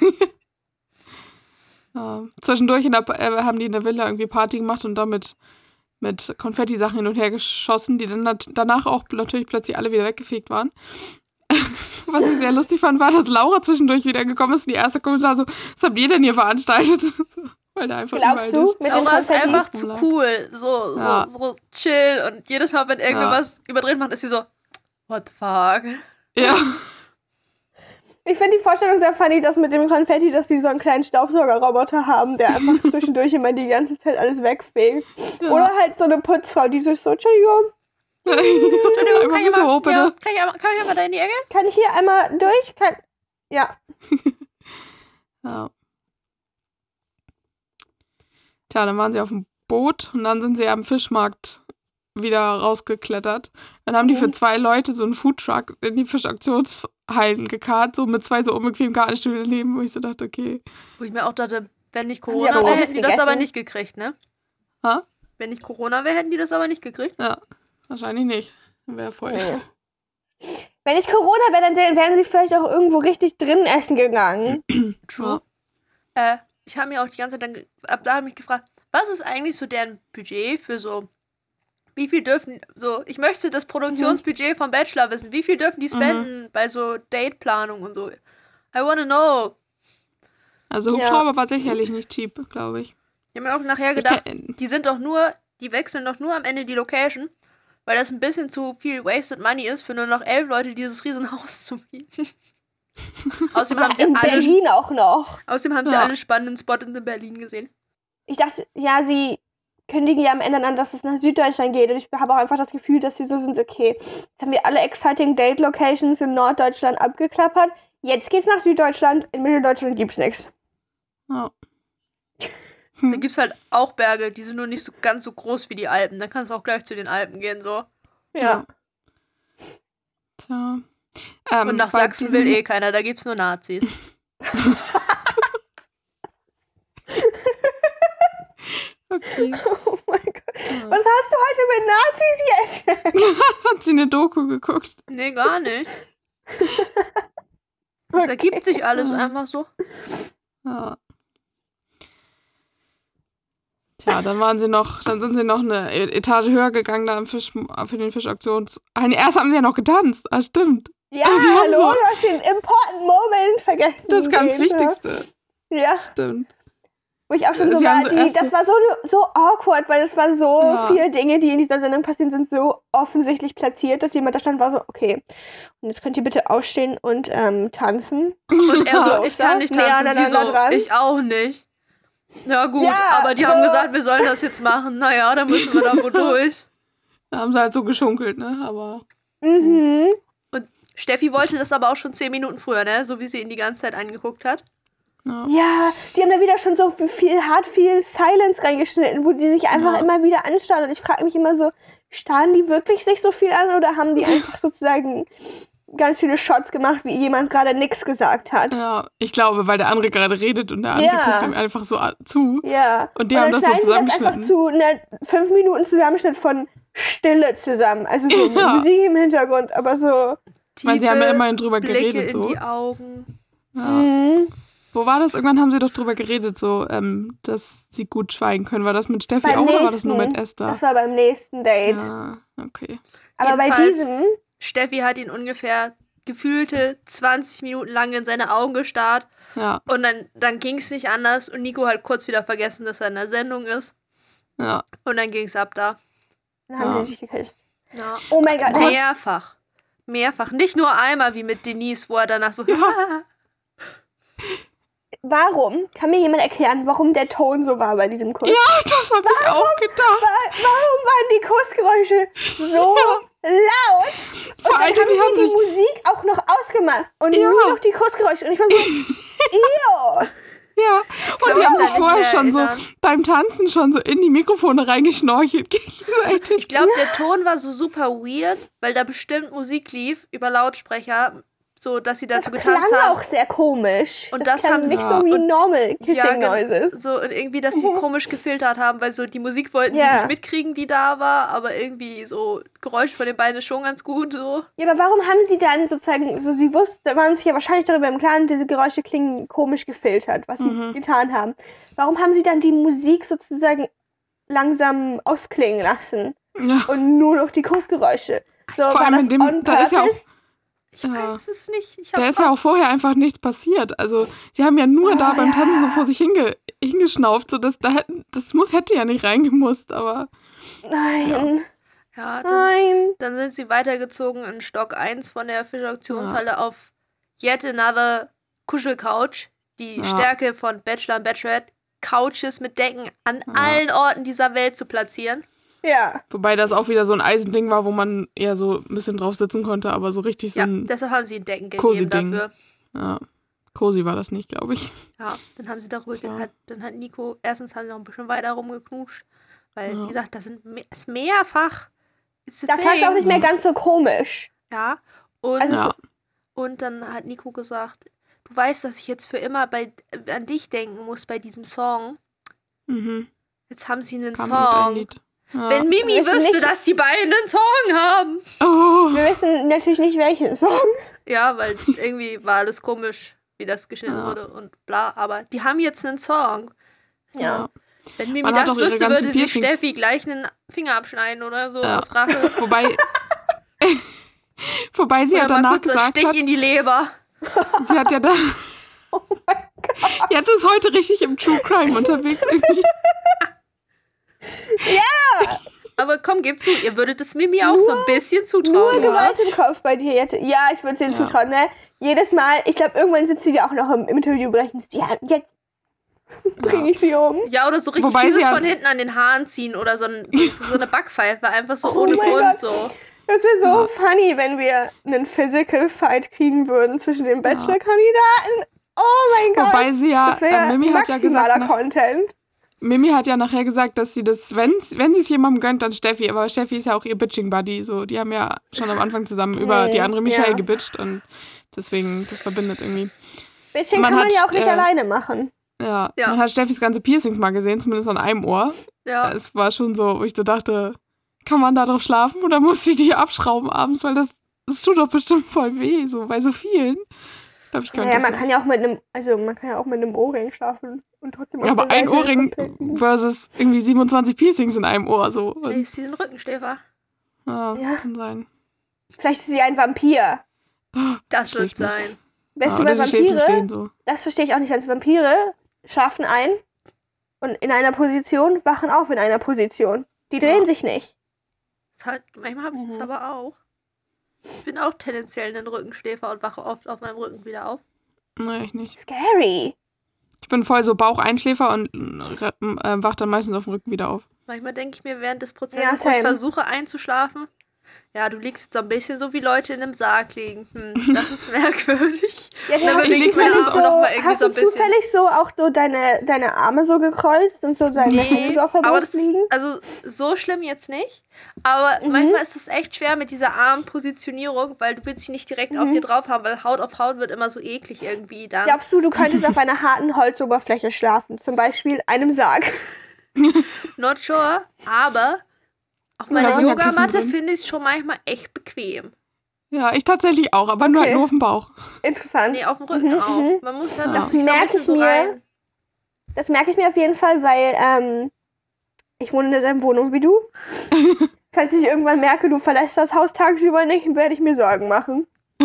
Ja. Zwischendurch haben die in der Villa irgendwie Party gemacht und damit mit Konfetti-Sachen hin und her geschossen, die dann danach auch natürlich plötzlich alle wieder weggefegt waren. Was ich sehr lustig fand, war, dass Laura zwischendurch wieder gekommen ist und die erste Kommentar so, was habt ihr denn hier veranstaltet? Weil der einfach Glaubst du? Mit dem Laura ist Konfetti? einfach zu cool. So chill. Und jedes Mal, wenn irgendwas überdreht macht, ist sie so, what the fuck? Ja. Ich finde die Vorstellung sehr funny, dass mit dem Konfetti, dass die so einen kleinen Staubsaugerroboter haben, der einfach zwischendurch immer die ganze Zeit alles wegfegt. Ja. Oder halt so eine Putzfrau, die sich so, Entschuldigung, kann ich einmal da in die Ecke? Kann ich hier einmal durch? Ja. Ja. Tja, dann waren sie auf dem Boot und dann sind sie am Fischmarkt wieder rausgeklettert. Dann haben die für 2 Leute so einen Foodtruck in die Fischauktionshallen gekarrt, so mit 2 so unbequemen Gartenstühlen daneben, wo ich so dachte, okay. Wo ich mir auch dachte, wenn nicht Corona wäre, hätten die das aber nicht gekriegt, ne? Ha? Wenn nicht Corona wäre, hätten die das aber nicht gekriegt. Ja, wahrscheinlich nicht. Dann wäre voll. Nee. Wenn nicht Corona wäre, dann wären sie vielleicht auch irgendwo richtig drin essen gegangen. True. Ich habe mir auch die ganze Zeit da habe ich mich gefragt, was ist eigentlich so deren Budget für so, wie viel dürfen, so, ich möchte das Produktionsbudget vom Bachelor wissen, wie viel dürfen die spenden bei so Dateplanung und so. I wanna know. Also Hubschrauber war sicherlich nicht cheap, glaube ich. Ich habe mir auch nachher gedacht, die sind doch nur die wechseln doch nur am Ende die Location, weil das ein bisschen zu viel wasted money ist, für nur noch 11 Leute dieses Riesenhaus zu mieten. Außerdem haben sie in Berlin auch noch. Außerdem haben sie alle spannenden Spots in Berlin gesehen. Ich dachte, ja, sie kündigen ja am Ende an, dass es nach Süddeutschland geht. Und ich habe auch einfach das Gefühl, dass sie so sind, okay, jetzt haben wir alle exciting Date-Locations in Norddeutschland abgeklappert. Jetzt geht's nach Süddeutschland. In Mitteldeutschland gibt's nichts. Ja. Da gibt's halt auch Berge, die sind nur nicht so ganz so groß wie die Alpen. Dann kannst du auch gleich zu den Alpen gehen, so. Ja. Tja. Und nach Sachsen will eh keiner, da gibt's nur Nazis. Okay. Oh mein Gott. Was hast du heute mit Nazis jetzt? Hat sie eine Doku geguckt? Nee, gar nicht. Das ergibt sich alles einfach so. Ja. Tja, dann sind sie noch eine Etage höher gegangen da für den Fischauktions. Erst haben sie ja noch getanzt. Ah, stimmt. Ja, Also hallo, du hast den important Moment vergessen. Das ganz Wichtigste. Ja. Stimmt. Wo ich auch schon so Sie war, haben das war so awkward, weil es war so viele Dinge, die in dieser Sendung passieren, sind so offensichtlich platziert, dass jemand da stand, war so, okay, und jetzt könnt ihr bitte aufstehen und tanzen. Und er so, ich kann nicht tanzen, sie so, dran. ich auch nicht. Ja gut, Ja, aber die haben gesagt, wir sollen das jetzt machen. Naja, dann müssen wir da wohl durch. Da haben sie halt so geschunkelt, ne, aber... Mhm. Und Steffi wollte das aber auch schon 10 Minuten früher, ne, so wie sie ihn die ganze Zeit angeguckt hat. Ja, die haben da wieder schon so viel Silence reingeschnitten, wo die sich einfach immer wieder anstarren. Und ich frage mich immer so, starren die wirklich sich so viel an oder haben die einfach sozusagen ganz viele Shots gemacht, wie jemand gerade nichts gesagt hat? Ja, ich glaube, weil der andere gerade redet und der andere guckt ihm einfach so zu. Ja. Und die haben das so zusammengeschnitten. Das einfach zu einer 5 Minuten Zusammenschnitt von Stille zusammen. Also so Musik im Hintergrund, aber so... Weil sie haben ja immerhin drüber Blicke geredet. in So. die Augen. Ja. Mhm. Wo war das? Irgendwann haben sie doch drüber geredet, so, dass sie gut schweigen können. War das mit Steffi Beim auch nächsten, oder war das nur mit Esther? Das war beim nächsten Date. Ja, okay. Aber bei Jedenfalls, diesem... Steffi hat ihn ungefähr gefühlte 20 Minuten lang in seine Augen gestarrt. Ja. Und dann ging es nicht anders. Und Nico hat kurz wieder vergessen, dass er in der Sendung ist. Ja. Und dann ging es ab da. Dann haben sie sich geküsst. Ja. Oh mein Gott. Mehrfach. Nicht nur einmal wie mit Denise, wo er danach so... Warum? Kann mir jemand erklären, warum der Ton so war bei diesem Kuss? Ja, das habe ich auch gedacht. Warum waren die Kussgeräusche so laut? Vor Und allem, dann haben die sie die Musik auch noch ausgemacht. Und nur noch die Kussgeräusche. Und ich war so, ew. Ja, und die haben sich vorher schon erinnern. so beim Tanzen schon so in die Mikrofone reingeschnorchelt gegenseitig. Ich glaube, der Ton war so super weird, weil da bestimmt Musik lief über Lautsprecher, so dass sie dazu Das getanzt klang haben. auch sehr komisch. Und das das klang haben- nicht Ja. so wie Und- normal Kissing Ja, Noises. So, und irgendwie, dass sie komisch gefiltert haben, weil so die Musik wollten sie Ja. nicht mitkriegen, die da war, aber irgendwie so Geräusch von den beiden ist schon ganz gut, so. Ja, aber warum haben sie dann sozusagen, so sie wussten, waren sich ja wahrscheinlich darüber im Klaren, diese Geräusche klingen komisch gefiltert, was sie getan haben. Warum haben sie dann die Musik sozusagen langsam ausklingen lassen Ja. und nur noch die Kussgeräusche? So, Vor war allem das in dem, on da ist ja auch, purpose? Ich Ja. weiß es nicht. Ich da hab's ist ja auch vorher einfach nichts passiert. Also sie haben ja nur da beim Tanzen so vor sich hingeschnauft, so dass hätte ja nicht reingemusst, aber Nein, Ja, nein. dann sind sie weitergezogen in Stock 1 von der Fischauktionshalle auf yet another Kuschelcouch. Die Stärke von Bachelor und Bachelorette, Couches mit Decken an allen Orten dieser Welt zu platzieren. Ja. wobei das auch wieder so ein Eisending war, wo man eher so ein bisschen drauf sitzen konnte, aber so richtig so Ja, ein deshalb haben sie ihnen Decken cozy gegeben Ding. dafür. ja, cozy war das nicht, glaube ich. Ja, dann haben sie darüber Ja. dann hat Nico, erstens haben sie noch ein bisschen weiter rumgeknutscht, weil, wie gesagt, das ist mehrfach. It's a Da tat es auch thing. nicht mehr ganz so komisch. Ja, und, Also Ja. und dann hat Nico gesagt, du weißt, dass ich jetzt für immer an dich denken muss bei diesem Song. Mhm. Jetzt haben sie einen Kam mit ein Song. Lied. Ja. Wenn Mimi Wir wissen wüsste, nicht- dass die beiden einen Song haben. Oh. Wir wissen natürlich nicht, welchen Song. Ja, weil irgendwie war alles komisch, wie das geschnitten Ja. wurde und bla, aber die haben jetzt einen Song. Ja. Wenn Mimi Man hat das doch ihre wüsste, ganzen würde sie Piercings- Steffi gleich einen Finger abschneiden oder so Ja. aus Rache. Wobei sie Oder ja mal danach kurz so einen gesagt Stich hat, in die Leber. sie hat ja da. Die hat es heute richtig im True Crime unterwegs irgendwie. Ja! Aber komm, gib zu, ihr würdet es Mimi auch so ein bisschen Nur zutrauen, oder? Gewalt im Kopf bei dir jetzt. Ja, ich würde es denen zutrauen, ne? Jedes Mal, ich glaube, irgendwann sitzt sie dir auch noch im Interview brechen. Ja, jetzt bringe ich sie um. Ja, oder so richtig Wobei dieses sie ja- von hinten an den Haaren ziehen oder so eine Backpfeife, einfach so Oh ohne mein Grund Gott. so. Das wäre so funny, wenn wir einen Physical Fight kriegen würden zwischen den Bachelor-Kandidaten. Oh mein Gott. Wobei sie ja, das wäre Mimi hat ja maximaler gesagt, Content. Mimi hat ja nachher gesagt, dass sie das, wenn sie es jemandem gönnt, dann Steffi. Aber Steffi ist ja auch ihr Bitching-Buddy. So, die haben ja schon am Anfang zusammen über die andere Michelle gebitcht und deswegen, das verbindet irgendwie. Bitching Man kann man hat, ja auch nicht alleine machen. Ja, Ja. man hat Steffis ganze Piercings mal gesehen, zumindest an einem Ohr. Ja. Es war schon so, wo ich so dachte, kann man da drauf schlafen oder muss ich die abschrauben abends? Weil das tut doch bestimmt voll weh, so bei so vielen. Ich glaube, ich könnte Naja, das man nicht. kann ja auch mit einem Ohrring schlafen und trotzdem Ja, auf aber der ein Seite Ohrring komplett liegen. versus irgendwie 27 Piercings in einem Ohr. So. Vielleicht Und, ist sie ein Rückenschläfer. ja, Ja. kann sein. Vielleicht ist sie ein Vampir. Das wird Schläft nicht. sein. Weißt Ja, du, oder bei sie schläft im Vampire, Stehen so. das verstehe ich auch nicht, als Vampire schlafen ein und in einer Position, wachen auf in einer Position. Die drehen sich nicht. Manchmal habe ich das Mhm. aber auch. Ich bin auch tendenziell ein Rückenschläfer und wache oft auf meinem Rücken wieder auf. Nee, ich nicht. Scary. Ich bin voll so Baucheinschläfer und wach dann meistens auf dem Rücken wieder auf. Manchmal denke ich mir während des Ja, Prozesses, wo ich same. versuche einzuschlafen, ja, du liegst jetzt so ein bisschen so wie Leute in einem Sarg liegen. Das ist merkwürdig. Ja, Und dann hast du bewege ich mich zufällig auch noch mal irgendwie hast so ein du bisschen. zufällig so auch so deine Arme so gekreuzt und so deine Hände so auf der aber Brust das liegen? ist, also so schlimm jetzt nicht. Aber manchmal ist es echt schwer mit dieser Armpositionierung, weil du willst sie nicht direkt auf dir drauf haben, weil Haut auf Haut wird immer so eklig irgendwie dann. Glaubst du, du könntest auf einer harten Holzoberfläche schlafen? Zum Beispiel einem Sarg. Not sure, aber auf Da meiner sind ja Kissen Yogamatte drin. finde ich es schon manchmal echt bequem. Ja, ich tatsächlich auch, aber nur Okay. halt nur auf dem Bauch. Interessant. Nee, auf dem Rücken auch. Man muss dann Ja. sich so ein Merke bisschen ich so mir. rein. Das merke ich mir auf jeden Fall, weil ich wohne in derselben Wohnung wie du. Falls ich irgendwann merke, du verlässt das Haus tagsüber nicht, werde ich mir Sorgen machen.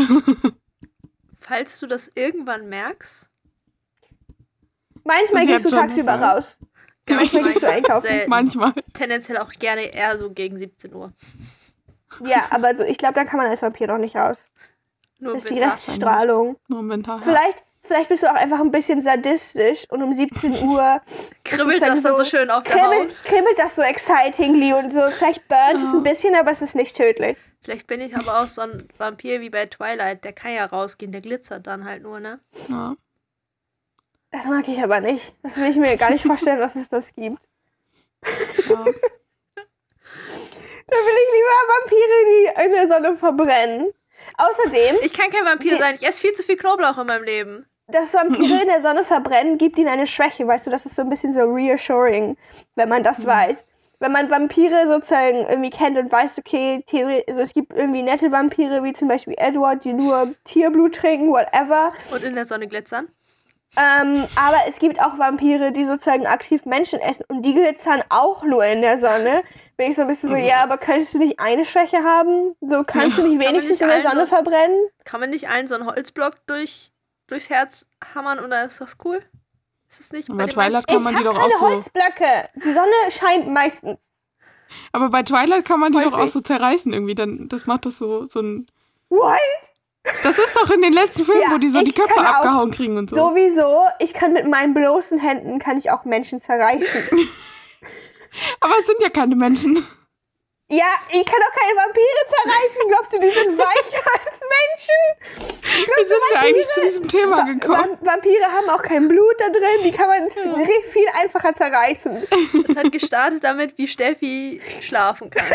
Falls du das irgendwann merkst, Manchmal Das ist gehst du jetzt schon tagsüber der Fall. raus. manchmal gehst du einkaufen. selten. Manchmal. Tendenziell auch gerne eher so gegen 17 Uhr. Ja, aber so, ich glaube, da kann man als Vampir noch nicht raus. Nur Das ist die Winter. Reststrahlung. Nur im Winter. Ja. Vielleicht bist du auch einfach ein bisschen sadistisch und um 17 Uhr Kribbelt ist das dann so schön auf der Haut. kribbelt das so excitingly und so. Vielleicht burnt es Ja. ein bisschen, aber es ist nicht tödlich. Vielleicht bin ich aber auch so ein Vampir wie bei Twilight. Der kann ja rausgehen, der glitzert dann halt nur, ne? Ja. Das mag ich aber nicht. Das will ich mir gar nicht vorstellen, dass es das gibt. Ja. Da will ich lieber Vampire, die in der Sonne verbrennen. Außerdem, Ich kann kein Vampir sein. Ich esse viel zu viel Knoblauch in meinem Leben. das Vampire in der Sonne verbrennen, gibt ihnen eine Schwäche, weißt du, das ist so ein bisschen so reassuring, wenn man das weiß. Wenn man Vampire sozusagen irgendwie kennt und weiß, okay, also es gibt irgendwie nette Vampire, wie zum Beispiel Edward, die nur Tierblut trinken, whatever. Und in der Sonne glitzern. Aber es gibt auch Vampire, die sozusagen aktiv Menschen essen und die glitzern auch nur in der Sonne. Bin ich so ein bisschen so, ja, aber könntest du nicht eine Schwäche haben? So kannst du nicht man wenigstens nicht in der allen Sonne so- verbrennen? Kann man nicht allen so einen Holzblock durchs Herz hammern oder ist das cool? Ist das nicht Aber bei den Twilight meisten? kann Ich man hab die doch keine auch so. Holzblöcke. Die Sonne scheint meistens. Aber bei Twilight kann man die doch auch Häufig. so zerreißen irgendwie. Dann, das macht das so ein. What? Das ist doch in den letzten Filmen, Ja, wo die so die ich Köpfe kann auch abgehauen kriegen und so. Sowieso, ich kann mit meinen bloßen Händen, kann ich auch Menschen zerreißen. Aber es sind ja keine Menschen. Ja, ich kann auch keine Vampire zerreißen. Glaubst du, die sind weicher als Menschen? Wie sind wir eigentlich zu diesem Thema gekommen? Vampire haben auch kein Blut da drin. Die kann man viel einfacher zerreißen. Es hat gestartet damit, wie Steffi schlafen kann.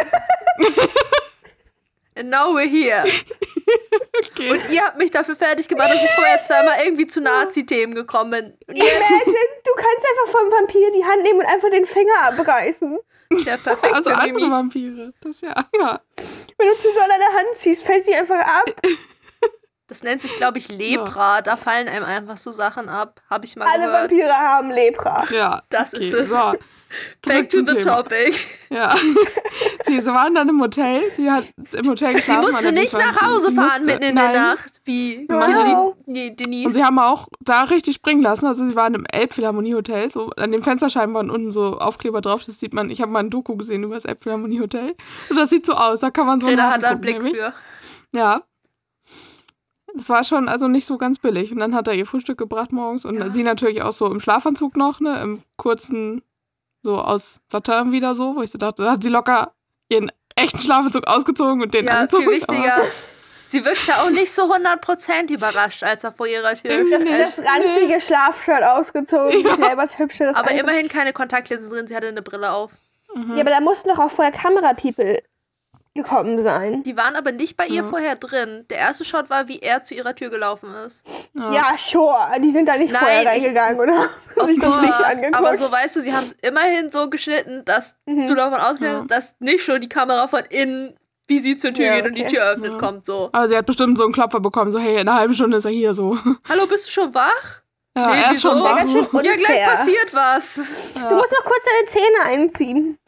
And now we're here. Okay. Und ihr habt mich dafür fertig gemacht, dass ich vorher zweimal irgendwie zu Nazi-Themen gekommen bin. Und jetzt Imagine, du kannst einfach vom Vampir die Hand nehmen und einfach den Finger abreißen. der perfekt Also für andere Mimi. Vampire. Das ja. Wenn du zu doll an der Hand ziehst, fällt sie einfach ab. Das nennt sich, glaube ich, Lepra. Da fallen einem einfach so Sachen ab. Habe ich mal Alle gehört. Vampire haben Lepra. Ja. Das okay. ist es. So. Back to the topic. Ja. Sie waren dann im Hotel. Sie hat im Hotel geschlafen. Sie musste nicht nach Hause fahren mitten in der Nacht, wie Denise. Und sie haben auch da richtig springen lassen. Also sie waren im Elbphilharmonie-Hotel. So an den Fensterscheiben waren unten so Aufkleber drauf. Das sieht man. Ich habe mal ein Doku gesehen über das Elbphilharmonie-Hotel. Und das sieht so aus. Da kann man so Greta hat da einen Blick für. Ja. Das war schon also nicht so ganz billig. Und dann hat er ihr Frühstück gebracht morgens. Und sie natürlich auch so im Schlafanzug noch, ne? Im kurzen, so aus Satin wieder so. Wo ich so dachte, da hat sie locker ihren echten Schlafanzug ausgezogen und den angezogen. Ja, viel wichtiger. Sie wirkte auch nicht so 100% überrascht, als er vor ihrer Tür Das ranzige Schlafshirt ausgezogen, schnell was Hübsches. Aber immerhin keine Kontaktlinsen drin, sie hatte eine Brille auf. Ja, aber da mussten doch auch vorher Kamerapeople gekommen sein. Die waren aber nicht bei ihr vorher drin. Der erste Shot war, wie er zu ihrer Tür gelaufen ist. Ja, sure. Die sind da nicht vorher reingegangen, oder? Of course. Aber so weißt du, sie haben es immerhin so geschnitten, dass du davon ausgehst, dass nicht schon die Kamera von innen, wie sie zur Tür geht und die Tür öffnet, kommt so. Aber sie hat bestimmt so einen Klopfer bekommen, so hey, in einer halben Stunde ist er hier so. Hallo, bist du schon wach? Ja, er ist schon wach. Ja, gleich passiert was. Ja. Du musst noch kurz deine Zähne einziehen.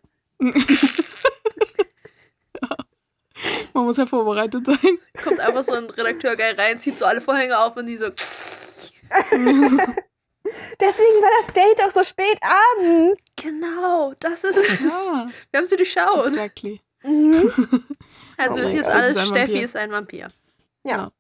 Man muss ja vorbereitet sein. Kommt einfach so ein Redakteur geil rein, zieht so alle Vorhänge auf und die so. Deswegen war das Date auch so spät abends. Genau, das ist es. Wir haben sie durchschaut. Exactly. Also wir wissen jetzt alles, Steffi ist ein Vampir. Ja.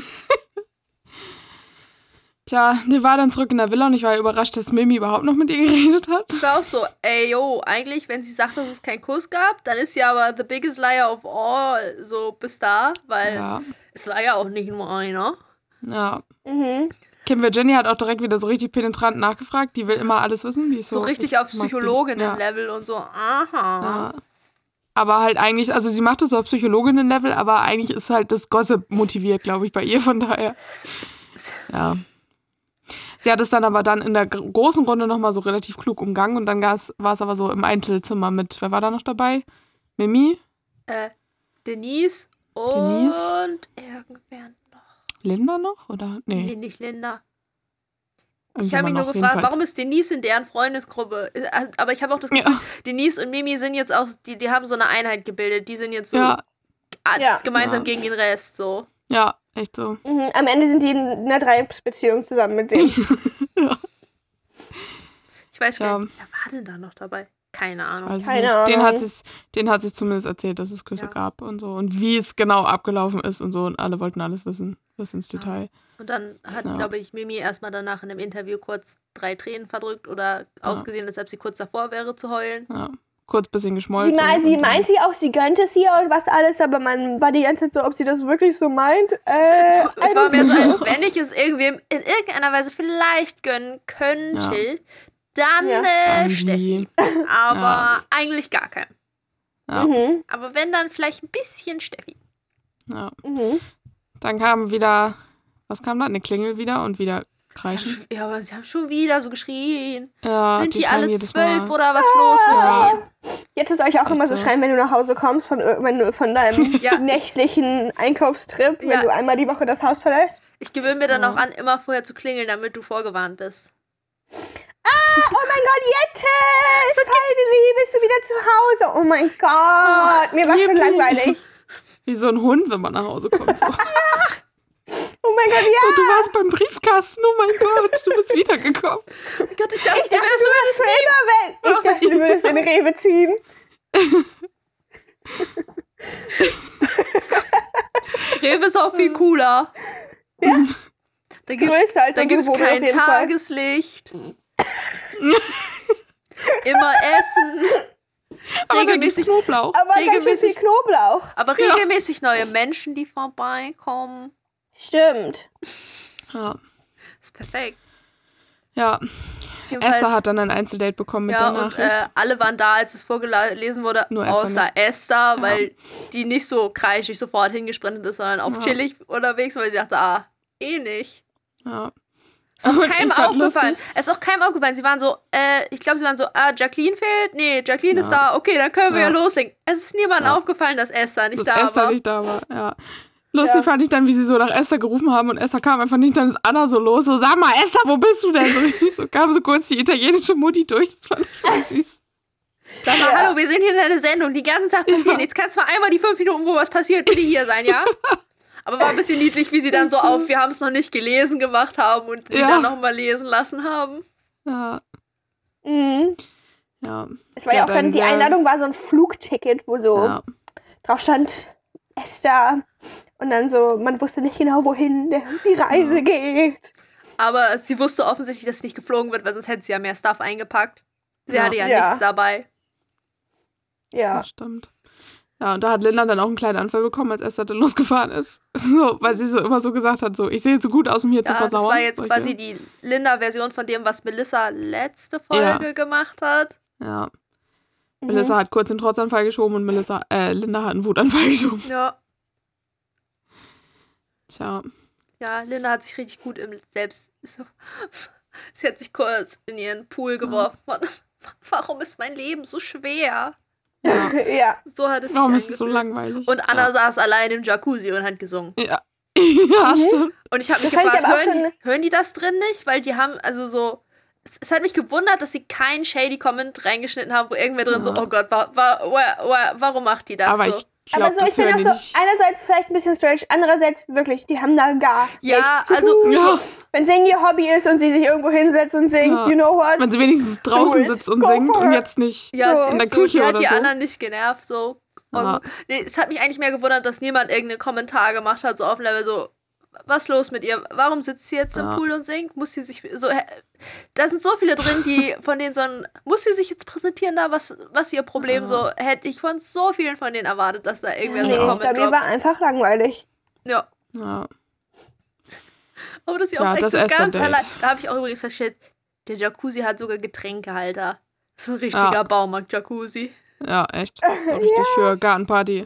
Tja, die war dann zurück in der Villa und ich war überrascht, dass Mimi überhaupt noch mit ihr geredet hat. Ich war auch so, ey, yo, eigentlich, wenn sie sagt, dass es keinen Kuss gab, dann ist sie aber the biggest liar of all, so bis da, weil es war ja auch nicht nur einer. Ja. Kim Virginia hat auch direkt wieder so richtig penetrant nachgefragt, die will immer alles wissen. Die ist so richtig auf Psychologinnen-Level und so, aha. Ja. Aber halt eigentlich, also sie macht das so auf Psychologinnen-Level, aber eigentlich ist halt das Gossip motiviert, glaube ich, bei ihr, von daher. Ja. Sie hat es dann aber in der großen Runde nochmal so relativ klug umgangen und dann war es aber so im Einzelzimmer mit, wer war da noch dabei? Mimi? Denise und irgendwer noch. Linda noch? Oder? Nee, nicht Linda. Ich habe mich nur gefragt, warum ist Denise in deren Freundesgruppe? Aber ich habe auch das Gefühl, Denise und Mimi sind jetzt auch, die haben so eine Einheit gebildet. Die sind jetzt so gemeinsam gegen den Rest, so. Ja, echt so. Am Ende sind die in einer Dreiecksbeziehung zusammen mit denen. Ich weiß gar nicht, wer war denn da noch dabei? Keine Ahnung. Den hat sie zumindest erzählt, dass es Küsse gab und so. Und wie es genau abgelaufen ist und so. Und alle wollten alles wissen, bis ins Detail. Und dann hat, glaube ich, Mimi erstmal danach in einem Interview kurz 3 Tränen verdrückt oder ausgesehen, als ob sie kurz davor wäre zu heulen. Ja. Kurz ein bisschen geschmolzen. Sie meinte auch, sie gönnt es ihr und was alles, aber man war die ganze Zeit so, ob sie das wirklich so meint. Es war mir so, als wenn ich es irgendwem in irgendeiner Weise vielleicht gönnen könnte, dann Steffi. Aber eigentlich gar kein. Ja. Aber wenn, dann vielleicht ein bisschen Steffi. Ja. Dann kam wieder, was kam da? Eine Klingel wieder und wieder kreischen. Ja, aber sie haben schon wieder so geschrien. Ja, sind die alle 12 oder was los mit denen? Jetzt ist euch auch immer so schreien, wenn du nach Hause kommst von deinem nächtlichen Einkaufstrip, wenn du einmal die Woche das Haus verlässt. Ich gewöhne mir dann auch an, immer vorher zu klingeln, damit du vorgewarnt bist. Oh mein Gott, Jette! Finally, bist du wieder zu Hause? Oh mein Gott, mir war schon langweilig. Wie so ein Hund, wenn man nach Hause kommt. So. Oh mein Gott, ja! So, du warst beim Briefkasten, oh mein Gott, du bist wiedergekommen. Oh Gott, ich dachte, du würdest in Rewe ziehen. Rewe ist auch viel cooler. Ja. Da gibt's kein Tageslicht. Immer Essen. Regelmäßig Knoblauch. Aber regelmäßig Knoblauch. Aber regelmäßig neue Menschen, die vorbeikommen. Stimmt. Ja. Ist perfekt. Ja. Jedenfalls, Esther hat dann ein Einzeldate bekommen mit der Nachricht. Und alle waren da, als es vorgelesen wurde, nur außer Esther, weil die nicht so kreischig sofort hingesprintet ist, sondern auf chillig unterwegs, weil sie dachte, nicht. Ja. Ist auch keinem aufgefallen. Es ist auch keinem aufgefallen. Sie waren so, ich glaube, Jacqueline fehlt? Nee, Jacqueline ist da. Okay, dann können wir ja loslegen. Es ist niemandem aufgefallen, dass Esther nicht da war. Esther nicht da war, ja. Lustig fand ich dann, wie sie so nach Esther gerufen haben und Esther kam einfach nicht, dann ist Anna so los, so, sag mal, Esther, wo bist du denn? So kam so kurz die italienische Mutti durch, das fand ich voll süß. Sag mal, hallo, wir sind hier in einer Sendung, die ganzen Tag passieren. Jetzt kannst du mal einmal die 5 Minuten, wo was passiert, bitte hier sein, ja? Aber war ein bisschen niedlich, wie sie dann so auf wir haben es noch nicht gelesen gemacht haben und sie dann nochmal lesen lassen haben. Ja. Mhm. Ja. Es war ja auch dann, die Einladung war so ein Flugticket, wo so drauf stand, Esther. Und dann so, man wusste nicht genau, wohin die Reise geht. Aber sie wusste offensichtlich, dass es nicht geflogen wird, weil sonst hätte sie ja mehr Stuff eingepackt. Sie hatte ja nichts dabei. Ja. Das stimmt. Ja, und da hat Linda dann auch einen kleinen Anfall bekommen, als Esther dann losgefahren ist. So, weil sie so immer so gesagt hat, so, ich sehe so gut aus, um hier zu versauern. Das war jetzt quasi die Linda-Version von dem, was Melissa letzte Folge gemacht hat. Ja. Melissa hat kurz den Trotzanfall geschoben und Linda hat einen Wutanfall geschoben. Ja. Tja. Ja, Linda hat sich richtig gut sie hat sich kurz in ihren Pool geworfen. Warum ist mein Leben so schwer? Ja. So hat es sich Warum ist angefühlt. es so langweilig? Und Anna saß allein im Jacuzzi und hat gesungen. Ja. Ja, stimmt. Und ich habe mich gefragt, hören die das drin nicht? Weil die haben also so... Es hat mich gewundert, dass sie keinen shady Comment reingeschnitten haben, wo irgendwer drin so, oh Gott, warum macht die das aber so? Ich glaub, aber so, ich finde auch so, einerseits vielleicht ein bisschen strange, andererseits wirklich, die haben da gar nichts zu tun. Wenn Singen ihr Hobby ist und sie sich irgendwo hinsetzt und singt, you know what? Wenn sie wenigstens draußen sitzt und singt und jetzt nicht in der Küche oder so. Die anderen nicht genervt, so. Nee, es hat mich eigentlich mehr gewundert, dass niemand irgendeinen Kommentar gemacht hat, so auf dem Level so, was ist los mit ihr? Warum sitzt sie jetzt im Pool und singt? Muss sie sich so... Da sind so viele drin, die von denen so ein... Muss sie sich jetzt präsentieren da, was ihr Problem so... Hätte ich von so vielen von denen erwartet, dass da irgendwer so kommt. Ich glaube, mir war einfach langweilig. Ja. Aber dass sie auch echt so ganz allein... Da habe ich auch übrigens festgestellt, der Jacuzzi hat sogar Getränkehalter. Das ist ein richtiger Baumarkt-Jacuzzi. Ja, echt. Richtig für Gartenparty.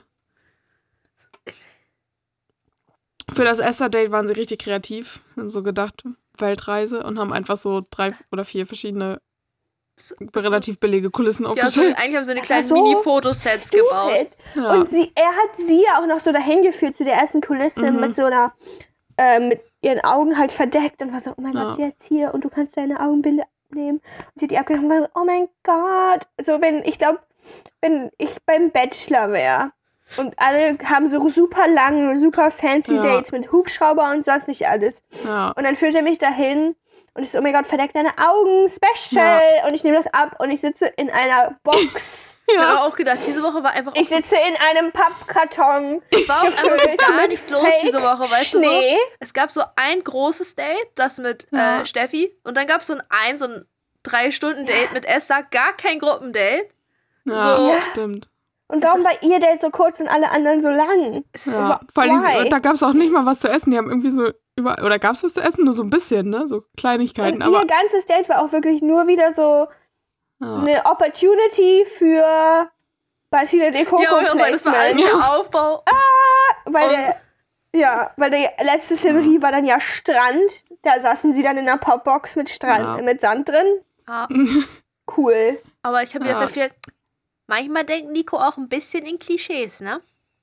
Für das Esther-Date waren sie richtig kreativ. Haben so gedacht, Weltreise und haben einfach so 3 oder 4 verschiedene relativ billige Kulissen aufgestellt. Ja, eigentlich haben sie eine kleine Mini-Fotosets gebaut. Ja. Und er hat sie ja auch noch so dahin geführt zu der ersten Kulisse mit so einer, mit ihren Augen halt verdeckt und war so, oh mein Gott, jetzt hier und du kannst deine Augenbinde abnehmen. Und sie hat die abgenommen und war so, oh mein Gott. So, wenn ich beim Bachelor wäre. Und alle haben so super lange, super fancy Dates mit Hubschrauber und sonst nicht alles. Ja. Und dann führt er mich dahin und ich so, oh mein Gott, verdeck deine Augen, Special. Ja. Und ich nehme das ab und ich sitze in einer Box. Ich habe auch gedacht, diese Woche war einfach... Ich sitze in einem Pappkarton. Es war auch einfach gar nichts los diese Woche, weißt du so? Es gab so ein großes Date, das mit Steffi. Und dann gab es so ein 3-Stunden-Date mit Esther, gar kein Gruppendate. Ja, stimmt. Und warum war ihr Date so kurz und alle anderen so lang? Ja, vor allem, da gab es auch nicht mal was zu essen. Die haben irgendwie so oder gab es was zu essen? Nur so ein bisschen, ne? So Kleinigkeiten. Und ihr ganzes Date war auch wirklich nur wieder so eine Opportunity für Basile de Coco Placement. Das war alles der Aufbau. Weil der letzte Szenerie war dann ja Strand. Da saßen sie dann in einer Popbox mit mit Sand drin. Ja. Cool. Aber ich habe wieder festgestellt, manchmal denkt Nico auch ein bisschen in Klischees, ne?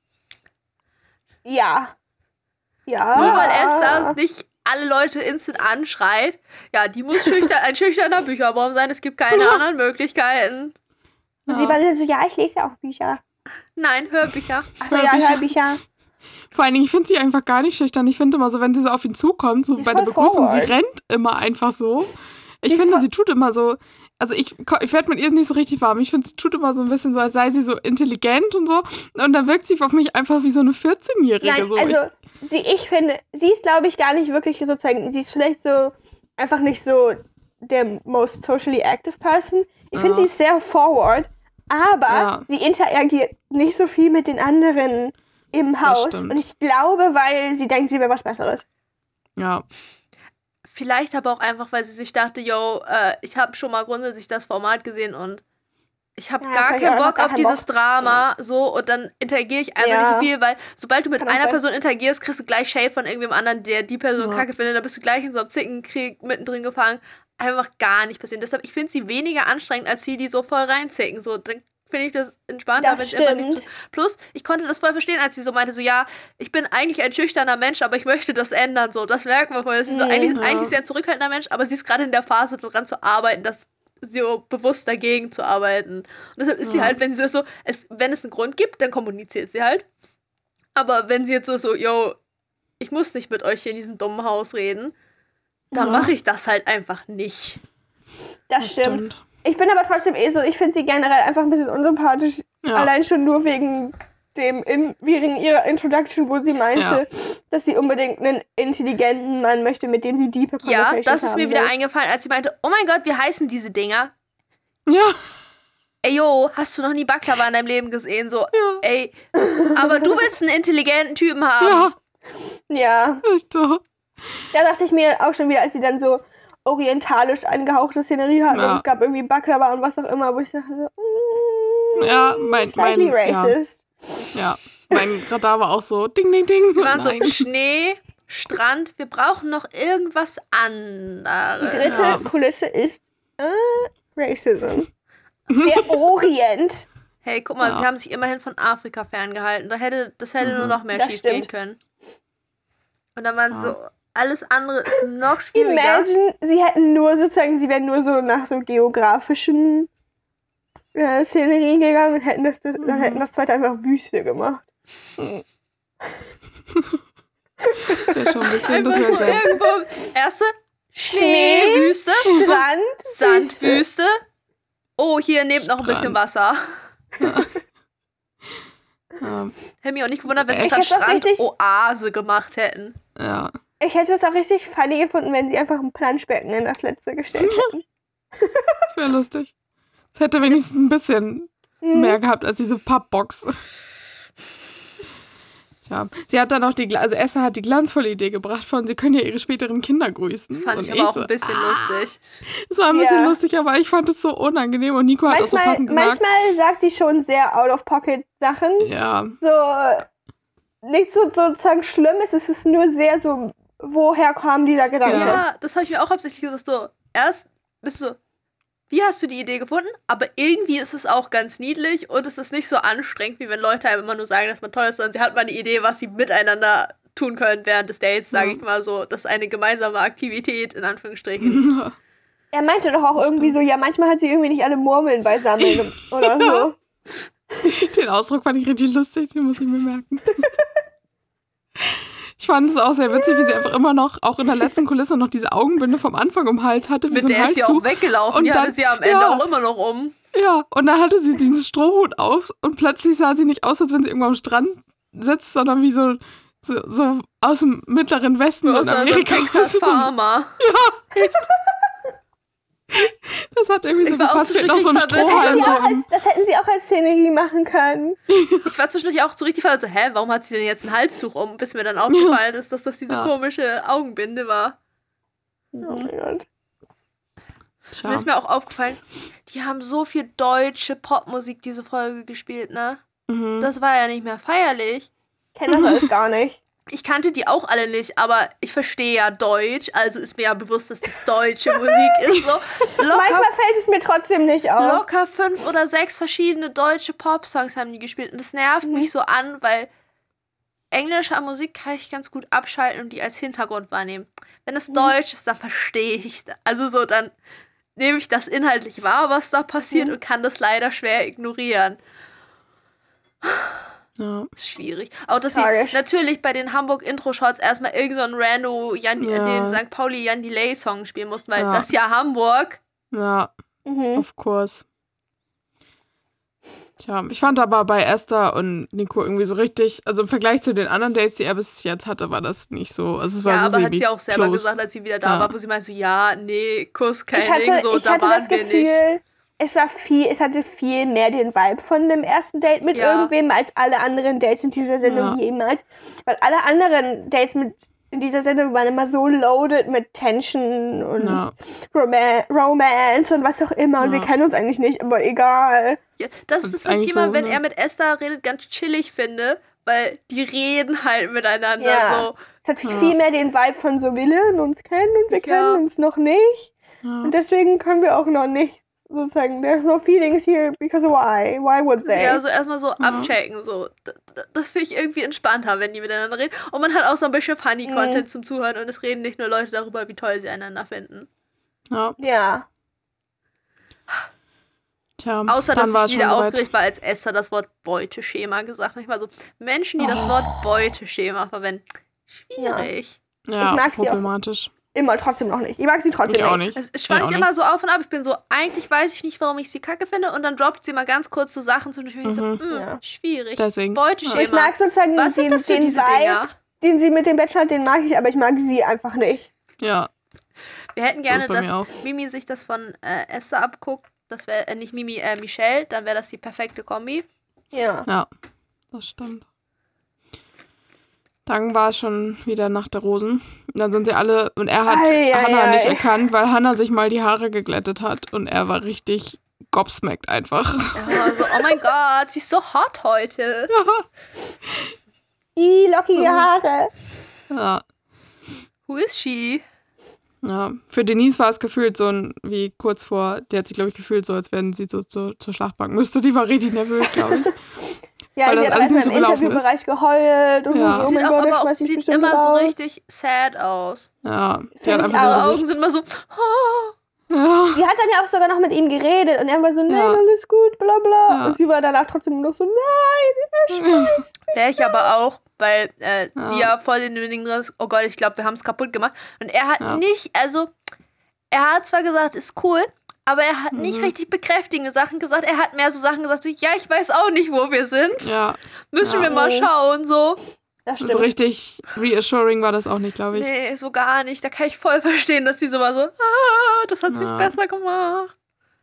Ja. Nur weil Esther nicht alle Leute instant anschreit. Ja, die muss ein schüchterner Bücherwurm sein. Es gibt keine anderen Möglichkeiten. Und sie war dann so, ja, ich lese ja auch Bücher. Nein, Hörbücher. Also Hörbücher. Vor allen Dingen, ich finde sie einfach gar nicht schüchtern. Ich finde immer so, wenn sie so auf ihn zukommt, so bei der Begrüßung, sie rennt immer einfach so. Ich finde, sie tut immer so... Also ich werde mit ihr nicht so richtig warm. Ich finde, sie tut immer so ein bisschen so, als sei sie so intelligent und so. Und dann wirkt sie auf mich einfach wie so eine 14-Jährige. Nein, so. Also ich finde, sie ist, glaube ich, gar nicht wirklich sozusagen, sie ist vielleicht so einfach nicht so der most socially active person. Ich finde, sie ist sehr forward, aber sie interagiert nicht so viel mit den anderen im Haus. Und ich glaube, weil sie denkt, sie wäre was Besseres. Ja. Vielleicht aber auch einfach, weil sie sich dachte, ich habe schon mal grundsätzlich das Format gesehen und ich habe gar keinen Bock auf dieses Drama, so, und dann interagiere ich einfach nicht so viel, weil sobald du mit einer Person interagierst, kriegst du gleich Shade von irgendwem anderen, der die Person kacke findet, da bist du gleich in so einem Zickenkrieg mittendrin gefangen. Einfach gar nicht passieren. Deshalb, ich finde sie weniger anstrengend, als die so voll reinzicken, so, dann finde ich das entspannter, wenn es einfach nicht zu... Plus, ich konnte das voll verstehen, als sie so meinte, so, ja, ich bin eigentlich ein schüchterner Mensch, aber ich möchte das ändern, so, das merkt man voll. Sie so, eigentlich ist sie ein zurückhaltender Mensch, aber sie ist gerade in der Phase, daran zu arbeiten, das so bewusst dagegen zu arbeiten. Und deshalb ist sie halt, wenn sie so, wenn es einen Grund gibt, dann kommuniziert sie halt. Aber wenn sie jetzt so, yo, ich muss nicht mit euch hier in diesem dummen Haus reden, dann mache ich das halt einfach nicht. Das stimmt. Ich bin aber trotzdem ich finde sie generell einfach ein bisschen unsympathisch. Ja. Allein schon nur wegen ihrer Introduction, wo sie meinte, dass sie unbedingt einen intelligenten Mann möchte, mit dem sie deeper Conversations haben. Ja, das ist mir wieder eingefallen, als sie meinte, oh mein Gott, wie heißen diese Dinger? Ja. Ey, yo, hast du noch nie Baklava in deinem Leben gesehen? So, ey, aber du willst einen intelligenten Typen haben. Ja. Echt so. Da dachte ich mir auch schon wieder, als sie dann so orientalisch angehauchte Szenerie hatten und es gab irgendwie Baklava und was auch immer, wo ich dachte so, slightly racist. Ja, mein Radar war auch so ding, ding, ding. Sie waren so Schnee, Strand, wir brauchen noch irgendwas anderes. Die dritte Kulisse ist Racism. Der Orient. Hey, guck mal, sie haben sich immerhin von Afrika ferngehalten. Das hätte nur noch mehr schief gehen können. Und dann waren so, alles andere ist noch schwieriger. Imagine, sie wären nur so nach so geografischen Szenerien gegangen und hätten dann hätten das zweite einfach Wüste gemacht. Ja, schon ein bisschen, einfach das so irgendwo, erste Schnee, Wüste, Strand, Sandwüste. Oh, hier, nehmt noch ein bisschen Wasser. Hätte mich auch nicht gewundert, wenn sie statt Strand Oase gemacht hätten. Ja. Ich hätte es auch richtig funny gefunden, wenn sie einfach ein Planschbecken in das letzte gestellt hätten. Das wäre lustig. Das hätte wenigstens ein bisschen mehr gehabt als diese Pappbox. Ja. Sie hat dann auch Esther hat die glanzvolle Idee gebracht von, sie können ja ihre späteren Kinder grüßen. Das fand ich aber auch ein bisschen lustig. Es war ein bisschen lustig, aber ich fand es so unangenehm und Nico hat auch so passend gesagt. Manchmal sagt sie schon sehr out-of-pocket-Sachen. Ja. So, nicht so sozusagen Schlimmes, es ist nur sehr so, woher kam dieser Gedanke? Ja, das habe ich mir auch hauptsächlich gesagt, so, erst bist du so, wie hast du die Idee gefunden? Aber irgendwie ist es auch ganz niedlich und es ist nicht so anstrengend, wie wenn Leute einem immer nur sagen, dass man toll ist, sondern sie hat mal eine Idee, was sie miteinander tun können während des Dates, sage ich mal so. Das ist eine gemeinsame Aktivität, in Anführungsstrichen. Er meinte doch auch irgendwie so, ja, manchmal hat sie irgendwie nicht alle Murmeln beisammen oder so. Den Ausdruck fand ich richtig lustig, den muss ich mir merken. Ich fand es auch sehr witzig, wie sie einfach immer noch, auch in der letzten Kulisse, noch diese Augenbinde vom Anfang um den Hals hatte. Mit der ist sie auch weggelaufen, und die hatte sie am Ende auch immer noch um. Ja, und dann hatte sie diesen Strohhut auf und plötzlich sah sie nicht aus, als wenn sie irgendwo am Strand sitzt, sondern wie so aus dem mittleren Westen von Amerika. So ein Texas Farmer. Ja, echt. Das hat irgendwie so gepasst, fehlt noch so ein Strohhalm. Das hätten sie auch als Szenerie machen können. Ich war zwischendurch auch so richtig verwirrt, so, warum hat sie denn jetzt ein Halstuch um? Bis mir dann aufgefallen ist, dass das diese komische Augenbinde war. Oh mein Gott. Mir ist mir auch aufgefallen, die haben so viel deutsche Popmusik diese Folge gespielt, ne? Das war ja nicht mehr feierlich. Ich kenne das alles gar nicht. Ich kannte die auch alle nicht, aber ich verstehe ja Deutsch, also ist mir ja bewusst, dass das deutsche Musik ist. So. Manchmal fällt es mir trotzdem nicht auf. Locker 5 oder 6 verschiedene deutsche Pop-Songs haben die gespielt. Und das nervt mich so an, weil englische Musik kann ich ganz gut abschalten und die als Hintergrund wahrnehmen. Wenn es Deutsch ist, dann verstehe ich das. Also so, dann nehme ich das inhaltlich wahr, was da passiert und kann das leider schwer ignorieren. Ja. Ist schwierig. Auch, dass sie natürlich bei den Hamburg-Intro-Shots erstmal irgendeinen rando den St. Pauli Jan Delay-Song spielen mussten, weil das ja Hamburg. Ja, of course. Tja, ich fand aber bei Esther und Nico irgendwie so richtig, also im Vergleich zu den anderen Dates, die er bis jetzt hatte, war das nicht so. Also es war so aber hat sie auch selber gesagt, als sie wieder da war, wo sie meinte so, Kuss, kein Ding, so, da waren wir nicht. Es hatte viel mehr den Vibe von dem ersten Date mit irgendwem als alle anderen Dates in dieser Sendung jemals. Weil alle anderen Dates in dieser Sendung waren immer so loaded mit Tension und Romance und was auch immer. Und wir kennen uns eigentlich nicht, aber egal. Ja, das ist das, was ich immer, wenn er mit Esther redet, ganz chillig finde, weil die reden halt miteinander so. Es hat viel mehr den Vibe von so, wir lernen uns kennen und wir kennen uns noch nicht. Ja. Und deswegen können wir auch noch nicht sozusagen, there's no feelings here, because why? Why would they? Ja, so erstmal so abchecken, so. Das finde ich irgendwie entspannter, wenn die miteinander reden. Und man hat auch so ein bisschen Funny-Content zum Zuhören und es reden nicht nur Leute darüber, wie toll sie einander finden. Ja. Tja, Außer, dann war dass es ich wieder schon soweit. aufgeregt war, als Esther das Wort Beuteschema gesagt hat. Ich war so, Menschen, die das Wort Beuteschema verwenden. Schwierig. Ja, Ich mag sie auch. problematisch. Immer trotzdem noch nicht. Ich mag sie trotzdem Ich auch nicht. Es schwankt immer so auf und ab. Ich bin so, eigentlich weiß ich nicht, warum ich sie kacke finde. Und dann droppt sie mal ganz kurz so Sachen zu. Und ich bin so, Ja. schwierig. Deswegen. Beuteschema. Ich mag sozusagen Was sind das für den diese Vibe, Dinger? den sie mit dem Bachelor hat, den mag ich, aber ich mag sie einfach nicht. Ja, Wir hätten gerne, So ist bei mir auch. dass Mimi sich das von Esther abguckt. Das wäre nicht Mimi, Michelle. Dann wäre das die perfekte Kombi. Ja. das stimmt. Dann war es schon wieder Nacht der Rosen. Und dann sind sie alle, und er hat Hannah nicht erkannt, weil Hannah sich mal die Haare geglättet hat und er war richtig gobsmackt einfach. Ja, so, oh mein Gott, sie ist so hot heute. Lockige Haare. Ja. Who is she? Ja, für Denise war es gefühlt so wie kurz vor, die hat sich, glaube ich, gefühlt so, als wenn sie so zur Schlachtbank müsste. Die war richtig nervös, glaube ich. Ja, Weil sie das hat alles erstmal nicht so im gelaufen Interviewbereich geheult und Ja. so, oh Sieht mein auch, Gott, ich aber auch, weiß sie nicht sieht bestimmt immer so raus. richtig sad aus. Ja, die Find hat ich einfach Ihre auch. so Augen sind immer so, Ja. Sie hat dann ja auch sogar noch mit ihm geredet und er war so, nein, Ja. alles gut, bla bla. Ja. Und sie war danach trotzdem noch so, nein, wäre ich aber auch, weil sie ja voll in den Ding drin ist, oh Gott, ich glaube, wir haben es kaputt gemacht. Und er hat nicht, also, er hat zwar gesagt, ist cool, aber er hat nicht richtig bekräftigende Sachen gesagt. Er hat mehr so Sachen gesagt, wie, ja, ich weiß auch nicht, wo wir sind. Ja, Müssen Ja. wir mal schauen, so. das stimmt. so richtig reassuring war das auch nicht, glaube ich. Nee, so gar nicht. Da kann ich voll verstehen, dass die so war so, das hat sich Ja. besser gemacht.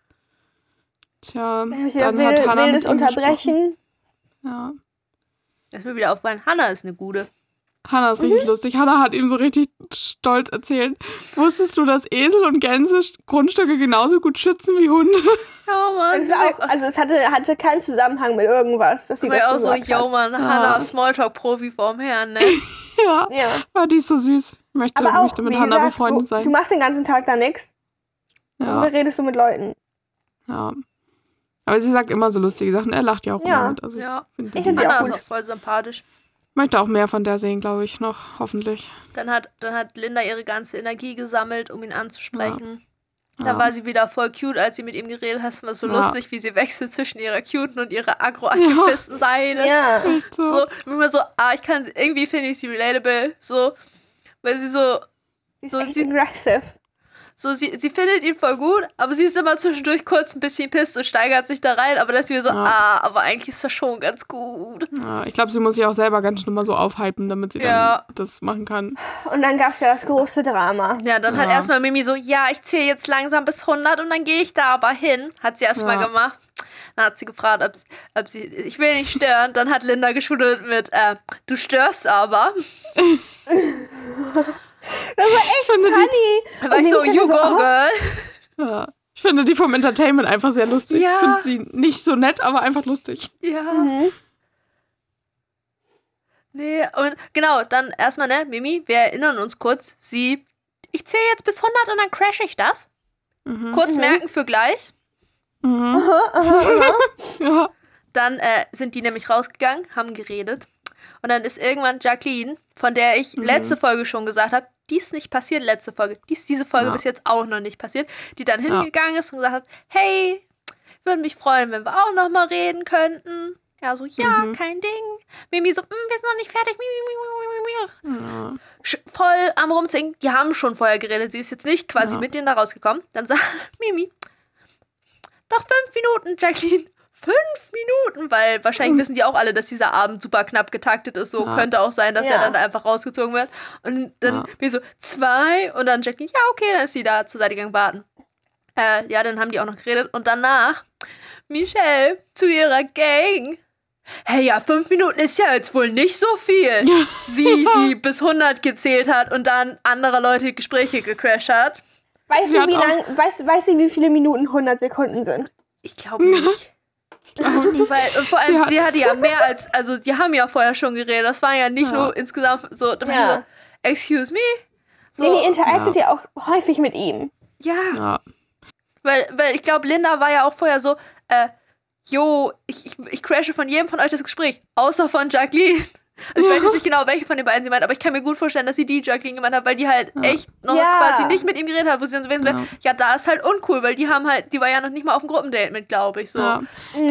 Tja, Ich dann hat Hannah wildes mit ihm Unterbrechen. gesprochen. Ja. Da ist mir wieder aufgefallen, Hannah ist eine gute. Hannah ist richtig lustig. Hannah hat ihm so richtig stolz erzählt. Wusstest du, dass Esel und Gänse Grundstücke genauso gut schützen wie Hunde? Ja, Mann. Es, war auch, also es hatte keinen Zusammenhang mit irgendwas, dass sie war das ja auch so, gesagt yo, hat. Mann, Hannah, Smalltalk-Profi vorm Herrn, ne? Ja. Ja. Die ist so süß. Ich möchte Aber auch, mit wie Hannah gesagt, befreundet du sein. machst den ganzen Tag da nichts. Und Ja, dann redest du mit Leuten. ja. Aber sie sagt immer so lustige Sachen. Er lacht ja auch Ja. immer mit. Also Ja. ich Ich find sie Hannah auch ist gut. auch voll sympathisch. möchte auch mehr von der sehen, glaube ich, noch. Hoffentlich. Dann hat Linda ihre ganze Energie gesammelt, um ihn anzusprechen. Ja. Dann war sie wieder voll cute, als sie mit ihm geredet hat. Es war so Ja. lustig, wie sie wechselt zwischen ihrer cuten und ihrer Agro-Aktivisten-Seite. Ja. Echt so. So, immer so, irgendwie finde ich sie relatable. So, weil sie so, Sie ist So, echt sie- aggressive. sie findet ihn voll gut, aber sie ist immer zwischendurch kurz ein bisschen pisst und steigert sich da rein. Aber das ist mir so, Ja. aber eigentlich ist das schon ganz gut. Ja, ich glaube, sie muss sich auch selber ganz schön mal so aufhypen, damit sie Ja. dann das machen kann. Und dann gab es ja das große Drama. Ja, dann hat Ja. erstmal Mimi so, ja, ich zähle jetzt langsam bis 100 und dann gehe ich da aber hin. Hat sie erstmal Ja. gemacht. Dann hat sie gefragt, ob sie, ich will nicht stören. Dann hat Linda geschudelt mit, du störst aber. Das war echt funny. Da war ich so, you go, girl. Ja. Ich finde die vom Entertainment einfach sehr lustig. Ja. Ich finde sie nicht so nett, aber einfach lustig. Ja. Mhm. Nee, und genau, dann erstmal, ne, Mimi, wir erinnern uns kurz, ich zähle jetzt bis 100 und dann crash ich das. Mhm. Kurz merken für gleich. Mhm. Ja. Dann sind die nämlich rausgegangen, haben geredet. Und dann ist irgendwann Jacqueline, von der ich letzte Folge schon gesagt habe, die ist nicht passiert, letzte Folge. Die ist diese Folge Ja. bis jetzt auch noch nicht passiert. Die dann hingegangen ist und gesagt hat, hey, würde mich freuen, wenn wir auch noch mal reden könnten. Ja, so, ja, kein Ding. Mimi so, wir sind noch nicht fertig. Ja. Voll am Rumzingen. Die haben schon vorher geredet. Sie ist jetzt nicht quasi Ja. mit denen da rausgekommen. Dann sagt Mimi, noch 5 Minuten, Jacqueline. 5 Minuten, weil wahrscheinlich wissen die auch alle, dass dieser Abend super knapp getaktet ist. So Ja. könnte auch sein, dass Ja. er dann einfach rausgezogen wird. Und dann mir so 2 und dann Jacqueline, ja, okay, dann ist sie da zur Seite gegangen, warten. Ja, dann haben die auch noch geredet. Und danach Michelle zu ihrer Gang. Hey, ja, 5 Minuten ist ja jetzt wohl nicht so viel. Sie, die bis 100 gezählt hat und dann andere Leute Gespräche gecrashed hat. Weißt Sie du, hat weißt du, wie viele Minuten 100 Sekunden sind? Ich glaube nicht. Ich glaube nicht. Weil, und vor allem, sie hatte ja mehr als, also die haben ja vorher schon geredet. Das war ja nicht nur insgesamt so, da war ich Ja. so, excuse me? So, Mimi interactet ja auch häufig mit ihm. ja. Ja. Weil ich glaube, Linda war ja auch vorher so, ich crashe von jedem von euch das Gespräch, außer von Jacqueline. Also ich weiß jetzt nicht genau, welche von den beiden sie meint, aber ich kann mir gut vorstellen, dass sie die Jacqueline gemeint hat, weil die halt echt noch quasi nicht mit ihm geredet hat, wo sie dann so gewesen wäre, ja, da ist halt uncool, weil die war ja noch nicht mal auf dem Gruppendate mit, glaube ich, so. Ja.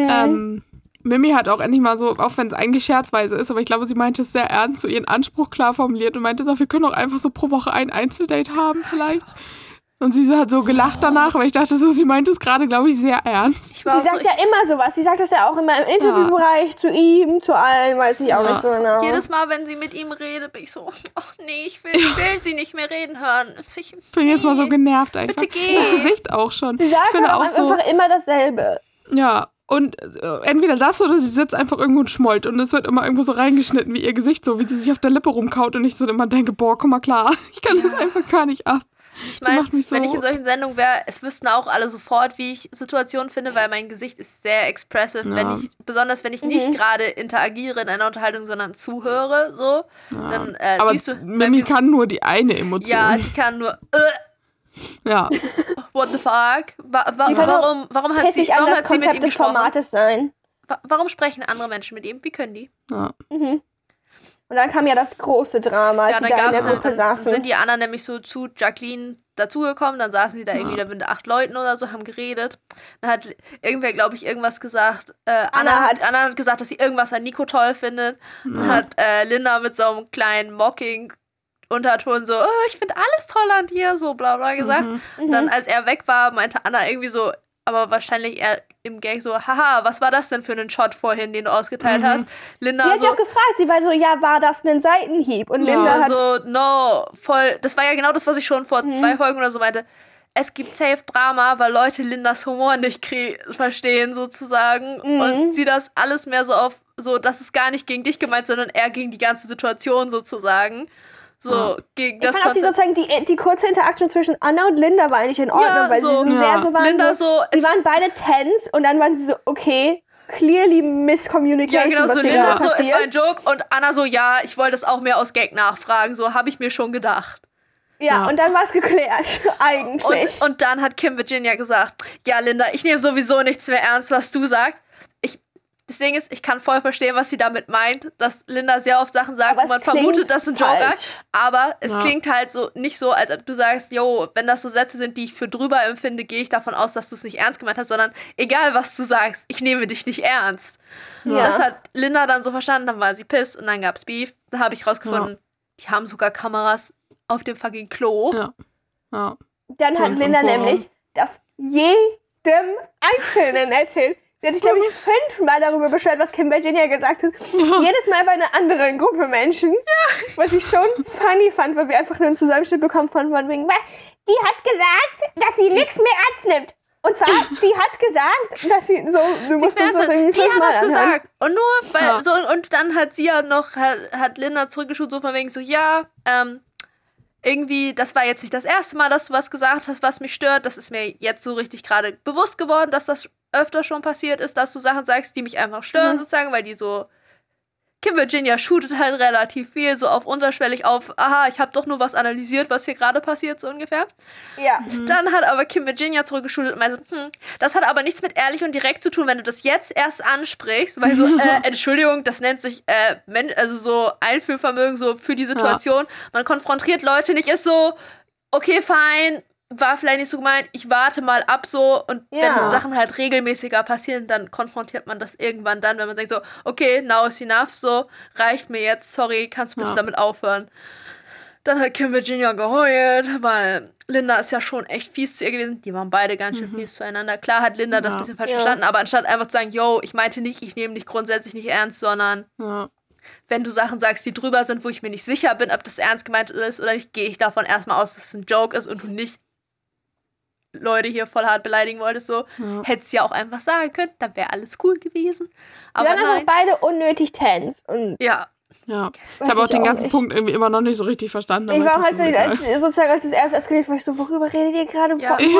Mimi hat auch endlich mal so, auch wenn es eigentlich scherzweise ist, aber ich glaube, sie meinte es sehr ernst, so ihren Anspruch klar formuliert und meinte so, wir können auch einfach so pro Woche ein Einzeldate haben vielleicht. Und sie hat so gelacht danach, aber ich dachte so, sie meinte es gerade, glaube ich, sehr ernst. Sie sagt ja immer sowas. Sie sagt das ja auch immer im Interviewbereich, zu ihm, zu allen, weiß ich auch nicht so genau. Jedes Mal, wenn sie mit ihm redet, bin ich so, ach nee, ich will sie nicht mehr reden hören. Ich bin jetzt mal so genervt einfach. Bitte geh. Das Gesicht auch schon. Sie sagt auch einfach immer dasselbe. Ja, und entweder das oder sie sitzt einfach irgendwo und schmollt und es wird immer irgendwo so reingeschnitten, wie ihr Gesicht so, wie sie sich auf der Lippe rumkaut und ich so immer denke, boah, komm mal klar, ich kann das einfach gar nicht ab. Ich meine, wenn ich in solchen Sendungen wäre, es wüssten auch alle sofort, wie ich Situationen finde, weil mein Gesicht ist sehr expressive, besonders wenn ich nicht gerade interagiere in einer Unterhaltung, sondern zuhöre, so, dann aber siehst du... Mimi kann nur die eine Emotion. Ja, die kann nur... Ja. What the fuck? Warum hat sie mit ihm gesprochen? Formates sein. Warum sprechen andere Menschen mit ihm? Wie können die? Ja. Und dann kam ja das große Drama, als sie da in der Gruppe saßen. Dann sind die anderen nämlich so zu Jacqueline dazugekommen, dann saßen sie da irgendwie mit 8 Leuten oder so, haben geredet. Dann hat irgendwer, glaube ich, irgendwas gesagt. Anna hat gesagt, dass sie irgendwas an Nico toll findet. Dann hat Linda mit so einem kleinen Mocking-Unterton so, oh, ich finde alles toll an dir, so bla bla gesagt. Und dann, als er weg war, meinte Anna irgendwie so, aber wahrscheinlich eher im Gag so, haha, was war das denn für einen Shot vorhin, den du ausgeteilt hast? Linda die hat ja auch gefragt, sie war so, ja, war das ein Seitenhieb? Und Linda hat so, no, voll, das war ja genau das, was ich schon vor 2 Folgen oder so meinte. Es gibt safe Drama, weil Leute Lindas Humor nicht verstehen, sozusagen. Und sie das alles mehr so auf, so, das ist gar nicht gegen dich gemeint, sondern eher gegen die ganze Situation, sozusagen. So, gegen das Konzept. Ich fand auch sozusagen die kurze Interaktion zwischen Anna und Linda war eigentlich in Ordnung, weil sie so sehr so waren. Linda sie waren beide tense und dann waren sie so, okay, clearly Miscommunication. Ja, genau, was so Linda so, passiert. es war ein Joke und Anna so, ja, ich wollte es auch mehr aus Gag nachfragen, so habe ich mir schon gedacht. Ja, und dann war es geklärt, eigentlich. Und dann hat Kim Virginia gesagt, ja, Linda, ich nehme sowieso nichts mehr ernst, was du sagst. Das Ding ist, ich kann voll verstehen, was sie damit meint, dass Linda sehr oft Sachen sagt, wo man vermutet, dass es ein Joke ist. Aber es klingt halt so nicht so, als ob du sagst, yo, wenn das so Sätze sind, die ich für drüber empfinde, gehe ich davon aus, dass du es nicht ernst gemeint hast, sondern egal, was du sagst, ich nehme dich nicht ernst. Ja. Das hat Linda dann so verstanden, dann war sie pissed und dann gab's Beef. Da habe ich rausgefunden, die haben sogar Kameras auf dem fucking Klo. Ja. Dann hat Linda nämlich das jedem Einzelnen erzählt. Sie hat sich, glaube ich, 5-mal darüber beschwert, was Kim Virginia gesagt hat. Ja. Jedes Mal bei einer anderen Gruppe Menschen. Ja. Was ich schon funny fand, weil wir einfach nur einen Zusammenschnitt bekommen von wegen, die hat gesagt, dass sie nichts mehr ernst nimmt. Und zwar, die hat gesagt, dass sie so, du musst das irgendwie die hat das anhören. gesagt. Und nur, weil, so, und dann hat sie ja noch, hat Linda zurückgeschaut, so von wegen so, ja, irgendwie, das war jetzt nicht das erste Mal, dass du was gesagt hast, was mich stört. Das ist mir jetzt so richtig gerade bewusst geworden, dass das öfter schon passiert ist, dass du Sachen sagst, die mich einfach stören, sozusagen, weil die so... Kim Virginia shootet halt relativ viel, so auf unterschwellig auf, aha, ich habe doch nur was analysiert, was hier gerade passiert, so ungefähr. Ja. Dann hat aber Kim Virginia zurückgeschootet und meinte, das hat aber nichts mit ehrlich und direkt zu tun, wenn du das jetzt erst ansprichst, weil so, Entschuldigung, das nennt sich, also so Einfühlvermögen so für die Situation. Ja. Man konfrontiert Leute nicht, ist so, okay, fein, war vielleicht nicht so gemeint, ich warte mal ab so und wenn Sachen halt regelmäßiger passieren, dann konfrontiert man das irgendwann dann, wenn man denkt so, okay, now is enough, so, reicht mir jetzt, sorry, kannst du bitte damit aufhören. Dann hat Kim Virginia geheult, weil Linda ist ja schon echt fies zu ihr gewesen, die waren beide ganz schön fies zueinander. Klar hat Linda das ein bisschen falsch verstanden, aber anstatt einfach zu sagen, yo, ich meinte nicht, ich nehme dich grundsätzlich nicht ernst, sondern wenn du Sachen sagst, die drüber sind, wo ich mir nicht sicher bin, ob das ernst gemeint ist oder nicht, gehe ich davon erstmal aus, dass es ein Joke ist und du nicht Leute hier voll hart beleidigen wolltest, so, hättest ja auch einfach sagen können, dann wäre alles cool gewesen. Aber die waren einfach beide unnötig tense. Ja. Ich habe auch den ganzen Punkt irgendwie immer noch nicht so richtig verstanden. Ich war halt sozusagen, als das erste eskaliert war, ich so, worüber redet ihr gerade?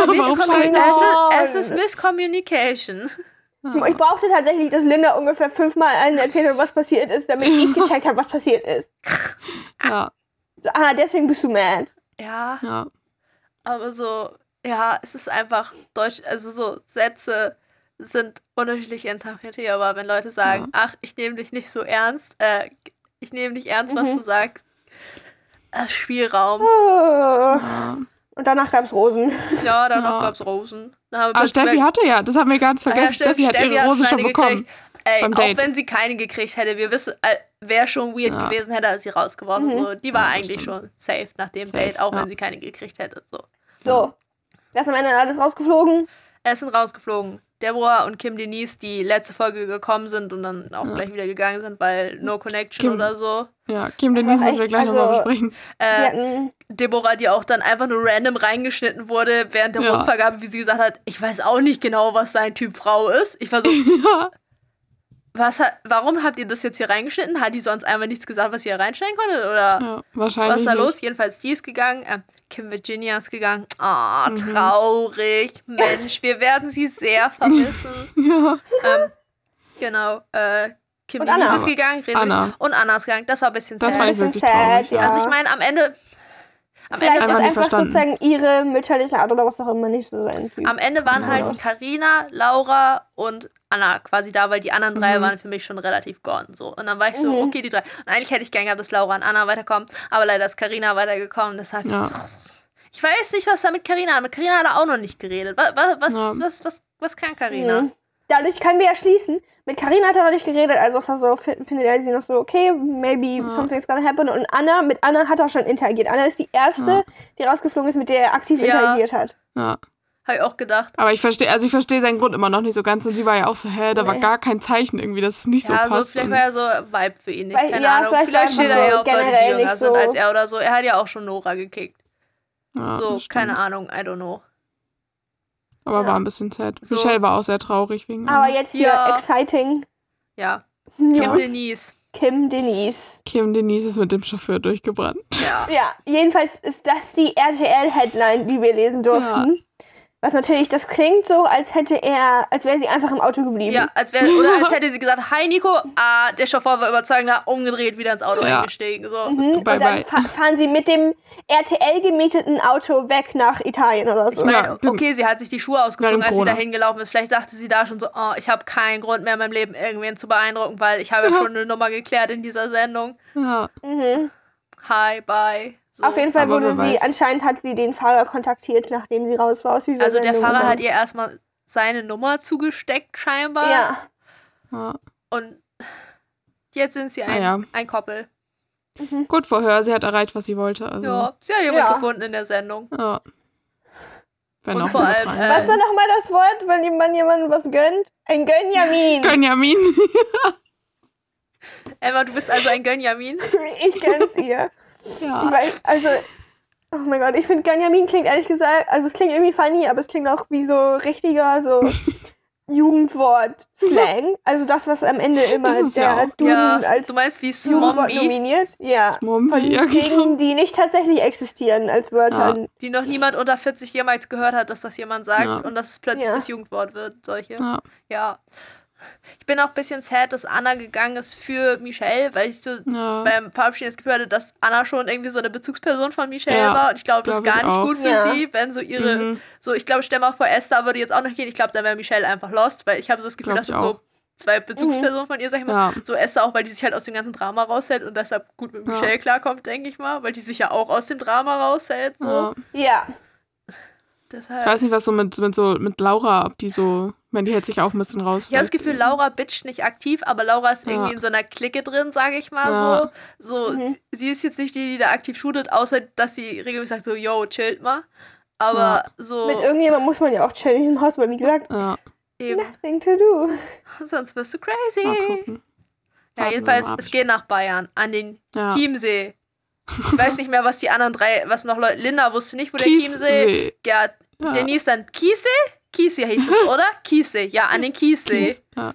Es ist Miscommunication. Ich brauchte tatsächlich, dass Linda ungefähr 5-mal allen erzählt hat, was passiert ist, damit ich gecheckt habe, was passiert ist. So, deswegen bist du mad. Ja. Aber so... Ja, es ist einfach Deutsch, also so Sätze sind unterschiedlich interpretierbar, wenn Leute sagen, ach, ich nehme dich nicht so ernst, ich nehme nicht ernst, was du sagst. Das Spielraum. Ja. Und danach gab's Rosen. Ja, danach gab's Rosen. Aber Steffi hatte ja, das haben wir ganz vergessen, Steffi hat ihre Rose schon bekommen. Ey, beim auch Date. wenn sie keine gekriegt hätte, wir wissen, wäre schon weird gewesen, hätte er sie rausgeworfen. So, die war eigentlich schon safe nach dem Date, auch wenn sie keine gekriegt hätte. So. Wer ist am Ende alles rausgeflogen? Es sind rausgeflogen. Deborah und Kim Denise, die letzte Folge gekommen sind und dann auch gleich wieder gegangen sind, weil No Connection oder so. Ja, Kim Denise müssen wir gleich nochmal besprechen. Deborah, die auch dann einfach nur random reingeschnitten wurde während der Rosenvergabe, wie sie gesagt hat, ich weiß auch nicht genau, was sein Typ Frau ist. Ich war so, warum habt ihr das jetzt hier reingeschnitten? Hat die sonst einfach nichts gesagt, was ihr hier reinschneiden konntet? Oder wahrscheinlich was ist da nicht. Los? Jedenfalls, die ist gegangen. Kim Virginia ist gegangen. Traurig. Mensch, wir werden sie sehr vermissen. Genau. Kim Denise ist gegangen. Und Anna ist gegangen. Das war ein bisschen sad. Das war wirklich traurig. Ja. Also ich meine, am Ende Vielleicht ist einfach sozusagen ihre mütterliche Art oder was auch immer nicht so sein Typ. Am Ende waren halt Carina, Laura und Anna quasi da, weil die anderen drei waren für mich schon relativ gone. So. Und dann war ich so, okay, die drei. Und eigentlich hätte ich gern gehabt, dass Laura und Anna weiterkommen, aber leider ist Carina weitergekommen. Deshalb ich weiß nicht, was da mit Carina hat. Mit Carina hat er auch noch nicht geredet. Was kann Carina? Dadurch können wir ja schließen. Mit Carina hat er noch nicht geredet, also ist er so, findet er sie noch so, okay, maybe something's gonna happen. Und mit Anna hat er schon interagiert. Anna ist die erste, die rausgeflogen ist, mit der er aktiv interagiert hat. Ja. Habe ich auch gedacht. Aber ich verstehe seinen Grund immer noch nicht so ganz. Und sie war ja auch so, da war gar kein Zeichen irgendwie, dass es nicht so passt. Ja, also vielleicht war er so Vibe für ihn nicht, keine Ahnung. Vielleicht steht er ja auf Leute, die jünger sind als er oder so. Er hat ja auch schon Nora gekickt. So, keine Ahnung, I don't know. Aber war ein bisschen sad. So. Michelle war auch sehr traurig wegen Aber jetzt hier exciting. Ja. Kim Denise. Kim Denise. Kim Denise ist mit dem Chauffeur durchgebrannt. Ja, jedenfalls ist das die RTL-Headline, die wir lesen durften. Ja. Was natürlich, das klingt so, als wäre sie einfach im Auto geblieben. Ja, als hätte sie gesagt, hi Nico, der Chauffeur war überzeugender, umgedreht, wieder ins Auto eingestiegen. So. Und dann fahren sie mit dem RTL gemieteten Auto weg nach Italien oder so. Ich meine, okay, sie hat sich die Schuhe ausgezogen, als sie da hingelaufen ist. Vielleicht sagte sie da schon so, ich habe keinen Grund mehr in meinem Leben, irgendwen zu beeindrucken, weil ich habe ja schon eine Nummer geklärt in dieser Sendung. Ja. Hi, bye. So. Auf jeden Fall anscheinend hat sie den Fahrer kontaktiert, nachdem sie raus war aus dieser Sendung. Der Fahrer hat ihr erstmal seine Nummer zugesteckt, scheinbar. Ja. Und jetzt sind sie ein Couple. Gut Verhör, sie hat erreicht, was sie wollte. Also. Ja, sie hat jemanden gefunden in der Sendung. Ja. Und vor allem, was war nochmal das Wort, wenn man jemandem was gönnt? Ein Gönjamin. Gönjamin. Emma, du bist also ein Gönjamin? Ich gönn's ihr. Ja. Oh mein Gott, ich finde Gönjamin klingt ehrlich gesagt, also es klingt irgendwie funny, aber es klingt auch wie so richtiger, so Jugendwort-Slang. Also das, was am Ende immer der Duden als du meinst wie Jugendwort nominiert. Ja, von Dingen, die nicht tatsächlich existieren als Wörter. Ja. Die noch niemand unter 40 jemals gehört hat, dass das jemand sagt und dass es plötzlich das Jugendwort wird, solche. Ja. Ich bin auch ein bisschen sad, dass Anna gegangen ist für Michelle, weil ich so beim Verabschieden das Gefühl hatte, dass Anna schon irgendwie so eine Bezugsperson von Michelle war. Und ich glaube, das ist gar nicht gut für sie, wenn so ihre, ich glaube, stell mal vor, Esther würde jetzt auch noch gehen. Ich glaube, dann wäre Michelle einfach lost, weil ich habe so das Gefühl, das sind so zwei Bezugspersonen von ihr, sag ich mal. So Esther auch, weil die sich halt aus dem ganzen Drama raushält und deshalb gut mit Michelle klarkommt, denke ich mal, weil die sich ja auch aus dem Drama raushält. So. Ja. Deshalb. Ich weiß nicht, was so mit Laura, ob die so, die hält sich auch ein bisschen raus. Ich habe das Gefühl, Laura bitcht nicht aktiv, aber Laura ist irgendwie in so einer Clique drin, sage ich mal so. Sie ist jetzt nicht die da aktiv shootet, außer dass sie regelmäßig sagt so, yo, chillt mal. Aber so... Mit irgendjemandem muss man ja auch chillen in diesem Haus, weil wie gesagt, nothing to do. Sonst wirst du crazy. Ja, jedenfalls, es geht nach Bayern, an den Chiemsee. Ich weiß nicht mehr, was die anderen drei, was noch Leute. Linda wusste nicht, wo der Chiemsee. Ja, Denise dann Kiesee? Kiesee hieß es, oder? Kiesee, ja, an den Kiesee. Ja.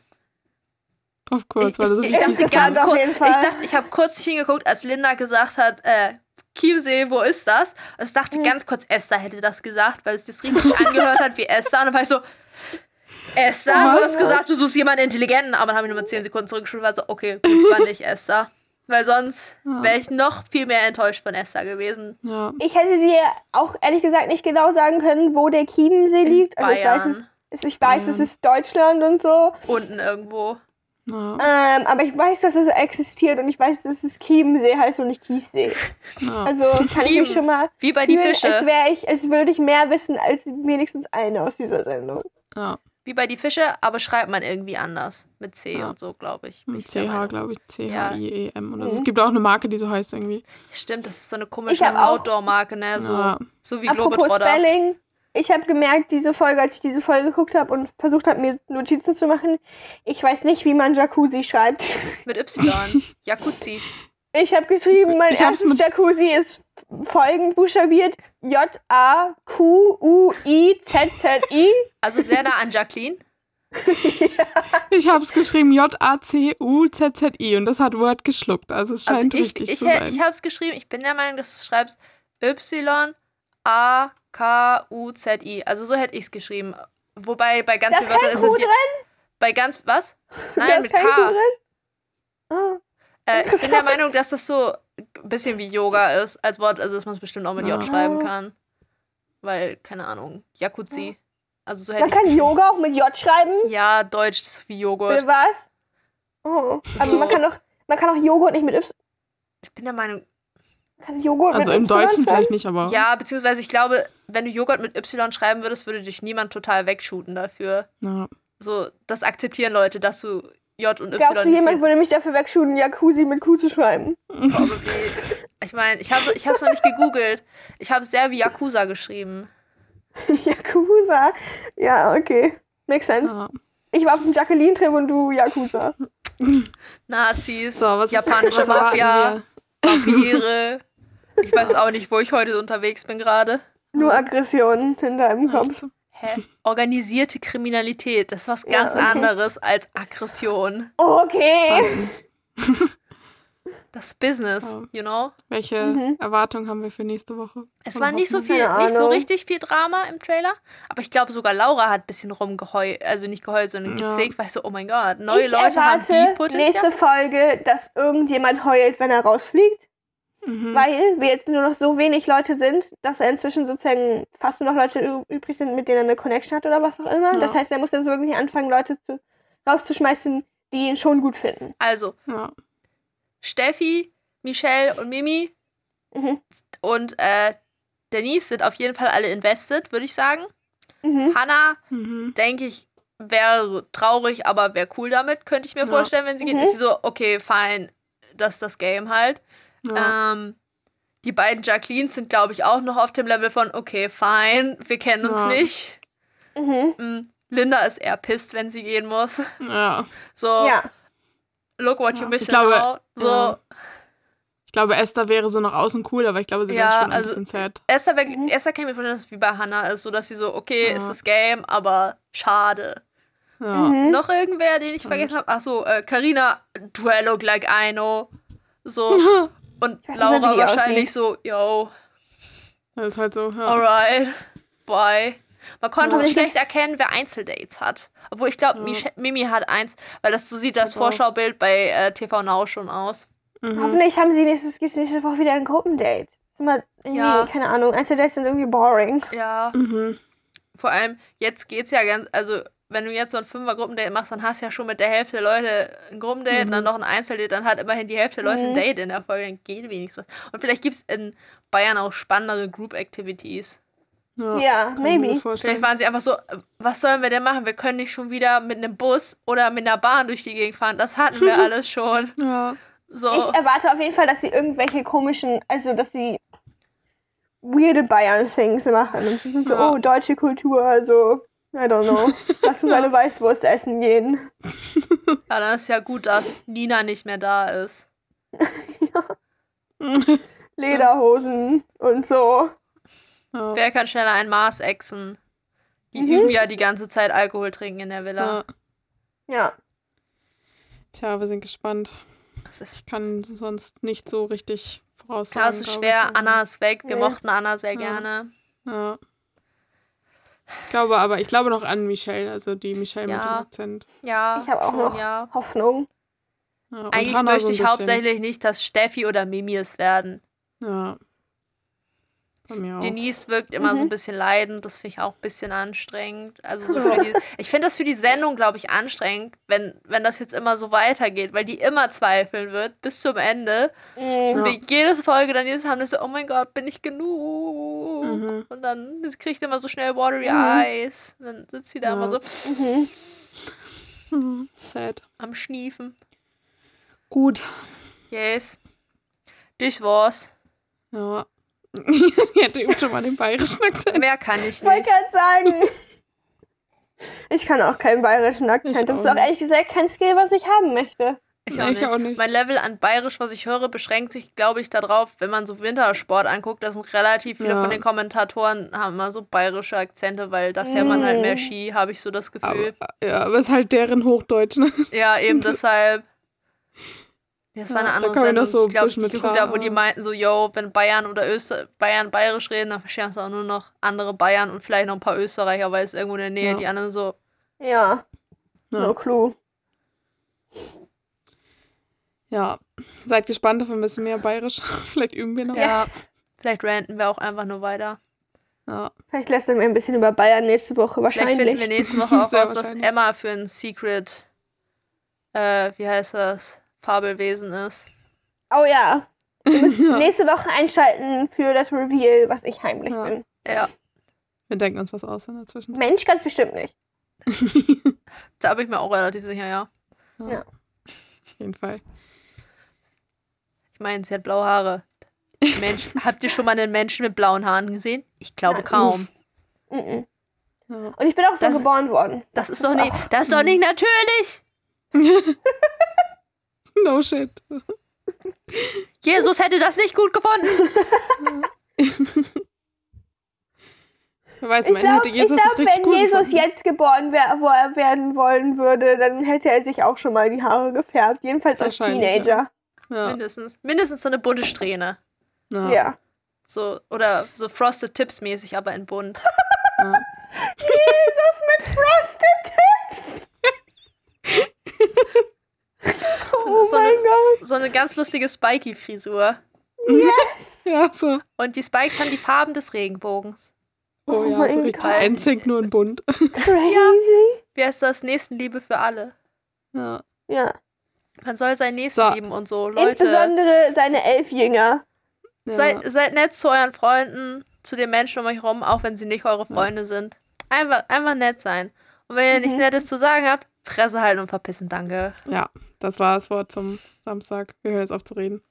Of course, weil das ich dachte ganz kurz, ich habe kurz hingeguckt, als Linda gesagt hat, Chiemsee, wo ist das? Und ich dachte ganz kurz, Esther hätte das gesagt, weil es das richtig angehört hat wie Esther. Und dann war ich so, Esther, du hast gesagt, du suchst jemanden Intelligenten. Aber dann habe ich nochmal 10 Sekunden zurückgeschaut und war so, okay, gut, war nicht Esther. Weil sonst wäre ich noch viel mehr enttäuscht von Esther gewesen. Ja. Ich hätte dir auch ehrlich gesagt nicht genau sagen können, wo der Chiemsee liegt. Also Bayern. ich weiß, es ist Deutschland und so. Unten irgendwo. Ja. Aber ich weiß, dass es existiert und ich weiß, dass es Chiemsee heißt und nicht Kiessee. Ja. Also kann ich mich schon mal Wie bei die fühlen, Fische. als würde ich mehr wissen als wenigstens eine aus dieser Sendung. Ja. Wie bei die Fische, aber schreibt man irgendwie anders. Mit C Ja. und so, glaube ich. Mit CH, glaube ich. CHIEM oder so. Mhm. Es gibt auch eine Marke, die so heißt irgendwie. Stimmt, das ist so eine Ich komische hab auch- Outdoor-Marke, ne? So, Ja. so wie Apropos Globetrotter. Spelling, ich habe gemerkt, als ich diese Folge geguckt habe und versucht habe, mir Notizen zu machen, ich weiß nicht, wie man Jacuzzi schreibt. Mit Y. Jacuzzi. Ich habe geschrieben, mein Ich hab's erstes Jacuzzi ist folgend buchstabiert: Jacuzzi. Also sehr nah an Jacqueline. Ich habe es geschrieben Jacuzzi und das hat Word geschluckt. Also es Also scheint ich richtig zu sein. habe es geschrieben. Ich bin der Meinung, dass du es schreibst YAKUZI. Also so hätte ich es geschrieben. Wobei bei ganz Da vielen ist Wörtern kein ist Q es drin? bei ganz was? Da Nein, ist mit kein Q K. drin? Oh. Ich bin der Meinung, dass das so ein bisschen wie Yoga ist als Wort, also dass man es bestimmt auch mit J Ja. schreiben kann. Weil, keine Ahnung, Jacuzzi. Also so hätte Man ich kann Yoga auch mit J schreiben? Ja, Deutsch, das ist wie Joghurt. Oder was? Oh. Aber So. man kann auch Joghurt nicht mit Y. Ich bin der Meinung, Kann Joghurt Also mit im Y Deutschen schreiben? vielleicht nicht, aber ja, beziehungsweise ich glaube, wenn du Joghurt mit Y schreiben würdest, würde dich niemand total wegshooten dafür. ja. So, das akzeptieren Leute, dass du J und Y Glaubst du, nicht jemand würde mich dafür wegschulen, Jacuzzi mit Q zu schreiben? probably. Ich meine, ich habe es noch nicht gegoogelt. Ich habe es sehr wie Yakuza geschrieben. Yakuza? Ja, okay. Makes sense. Ja. Ich war auf dem Jacqueline-Trip und du Yakuza. Nazis, So, was japanische was erwarten Mafia, Vampire. Ich weiß auch nicht, wo ich heute so unterwegs bin gerade. Nur Aggressionen in deinem Kopf. Hä? Organisierte Kriminalität, das ist was ganz Ja, okay. anderes als Aggression. Okay. Das Business, Ja. you know? Welche Mhm. Erwartungen haben wir für nächste Woche? Es Oder war nicht so Hoffnung? viel, Keine nicht so Ahnung. richtig viel Drama im Trailer, aber ich glaube sogar Laura hat ein bisschen rumgeheult, also nicht geheult, sondern Ja. gezickt, weil ich so, oh mein Gott, neue Ich Leute haben erwarte Beef-Potenzial. nächste Folge, dass irgendjemand heult, wenn er rausfliegt. Mhm. Weil wir jetzt nur noch so wenig Leute sind, dass er inzwischen sozusagen fast nur noch Leute übrig sind, mit denen er eine Connection hat oder was auch immer. Ja. Das heißt, er muss jetzt wirklich anfangen, Leute rauszuschmeißen, die ihn schon gut finden. Also, Ja. Steffi, Michelle und Mimi Mhm. und Denise sind auf jeden Fall alle invested, würde ich sagen. Mhm. Hannah, Mhm. denke ich, wäre traurig, aber wäre cool damit, könnte ich mir Ja. vorstellen, wenn sie geht. Mhm. Ist sie so, okay, fein, das ist das Game halt. Ja. Die beiden Jacquelines sind, glaube ich, auch noch auf dem Level von, okay, fein, wir kennen uns Ja. nicht. Mhm. Linda ist eher pisst, wenn sie gehen muss. Ja. So, Ja. look what Ja. you missing Ich glaube, out. So, ja. Ich glaube, Esther wäre so nach außen cool, aber ich glaube, sie Ja, wäre schon ein also- bisschen sad. Esther kann Mhm. ich mir vorstellen, dass es wie bei Hannah ist, so dass sie so, okay, Ja. ist das Game, aber schade. Ja. Mhm. Noch irgendwer, den ich vergessen habe? Achso, Carina, do I look like I know? So, und Ich weiß nicht mehr, Laura wie die wahrscheinlich so, yo, Das ist halt so, ja. alright, bye. Man konnte Ja. so schlecht erkennen, wer Einzeldates hat. Obwohl ich glaube, Ja. Mimi hat eins, weil das so sieht das Ich auch. Vorschaubild bei TV Now schon aus. Mhm. Hoffentlich haben sie nächste Woche wieder ein Gruppendate. Ist immer irgendwie, Ja. keine Ahnung, Einzeldates sind irgendwie boring. Ja, Mhm. vor allem jetzt geht's ja ganz, also wenn du jetzt so ein 5er-Gruppendate machst, dann hast du ja schon mit der Hälfte der Leute ein Gruppendate und dann noch ein Einzeldate, dann hat immerhin die Hälfte der Leute ein Date in der Folge, dann geht wenigstens was. Und vielleicht gibt's in Bayern auch spannendere Group-Activities. Ja, kann ich mir maybe. vorstellen. Vielleicht waren sie einfach so, was sollen wir denn machen? Wir können nicht schon wieder mit einem Bus oder mit einer Bahn durch die Gegend fahren. Das hatten wir alles schon. Ja. So. Ich erwarte auf jeden Fall, dass sie irgendwelche komischen, also dass sie weirde Bayern-Things machen. Und sie sind so, Ja. oh, deutsche Kultur, also, I don't know. Lass uns eine Weißwurst essen gehen. Ja, dann ist ja gut, dass Nina nicht mehr da ist. Lederhosen und so. Ja. Wer kann schneller ein Maß exen? Die Mhm. üben ja die ganze Zeit Alkohol trinken in der Villa. Ja. Ja. Tja, wir sind gespannt. Das ist, Ich kann sonst nicht so richtig voraussagen. ja, es ist glaub schwer. ich. Anna ist weg. Wir Nee. mochten Anna sehr Ja. gerne. Ja. Ich glaube noch an Michelle, also die Michelle mit dem Ja. Akzent. Ja, Ich habe auch schon, noch ja. Hoffnung. Ja, und Eigentlich Hannah möchte so ein ich bisschen. hauptsächlich nicht, dass Steffi oder Mimi es werden. Ja. Bei mir auch. Denise wirkt immer so ein bisschen leidend. Das finde ich auch ein bisschen anstrengend. Also so ich finde das für die Sendung, glaube ich, anstrengend, wenn das jetzt immer so weitergeht, weil die immer zweifeln wird bis zum Ende. Und jede Folge dann haben das so, oh mein Gott, bin ich genug? Und dann kriegt immer so schnell watery eyes. Und dann sitzt sie da immer so Sad. am Schniefen. Gut. Yes. Das war's. Ja. Ich hätte eben schon mal den bayerischen Akzent. Mehr kann ich Ich wollte nicht. gerade sagen. Ich kann auch keinen bayerischen Akzent. Das ist auch ehrlich gesagt kein Skill, was ich haben möchte. Ich auch nicht. Mein Level an Bayerisch, was ich höre, beschränkt sich, glaube ich, darauf, wenn man so Wintersport anguckt, da sind relativ viele von den Kommentatoren, haben immer so bayerische Akzente, weil da fährt man halt mehr Ski, habe ich so das Gefühl. Aber es ist halt deren Hochdeutsch, ne? Ja, eben deshalb. Das war eine andere Sendung, so ich glaube, ich geguckt habe, wo die meinten so, yo, wenn Bayern oder Bayern bayerisch reden, dann verstehen auch nur noch andere Bayern und vielleicht noch ein paar Österreicher, weil es irgendwo in der Nähe, die anderen so. Ja. No clue. Ja, seid gespannt auf ein bisschen mehr bayerisch. Vielleicht üben wir noch. Ja, vielleicht ranten wir auch einfach nur weiter. Ja. Vielleicht lästern wir ein bisschen über Bayern nächste Woche wahrscheinlich. Vielleicht finden wir nächste Woche auch Sehr raus, was wahrscheinlich. Emma für ein Secret, wie heißt das, Fabelwesen ist. Oh ja. Wir müssen nächste Woche einschalten für das Reveal, was ich heimlich bin. Ja, Wir denken uns was aus in der Zwischenzeit. Mensch, ganz bestimmt nicht. da bin ich mir auch relativ sicher, ja. Ja. Auf jeden Fall. Ich meine, sie hat blaue Haare. Mensch, habt ihr schon mal einen Menschen mit blauen Haaren gesehen? Ich glaube Nein. kaum. Mhm. Ja. Und ich bin auch so Das- geboren worden. Das ist doch nicht natürlich. No shit. Jesus hätte das nicht gut gefunden. Wer weiß, Ich am Ende hätte glaube, Jesus das richtig wenn gut Jesus gefunden. jetzt geboren wäre, wo er werden wollen würde, dann hätte er sich auch schon mal die Haare gefärbt. Jedenfalls als Wahrscheinlich, Teenager. Ja. Mindestens so eine bunte Strähne. Ja. So, oder so Frosted Tips mäßig, aber in bunt. Ja. Jesus mit Frosted Tips! Oh so mein Gott. So eine ganz lustige Spiky-Frisur. Ja, so. Und die Spikes haben die Farben des Regenbogens. Oh Oh ja, so mein richtig Gott. einzig nur in bunt. Crazy. Wie heißt das? Nächstenliebe für alle. Ja. Ja. Man soll seinen Nächsten So. lieben und so. Leute, Insbesondere seine 11 Jünger. Ja. seid nett zu euren Freunden, zu den Menschen um euch herum, auch wenn sie nicht eure Freunde sind. Einfach nett sein. Und wenn ihr nichts Nettes zu sagen habt, Fresse halten und verpissen, danke. Ja, das war das Wort zum Samstag. Wir hören jetzt auf zu reden.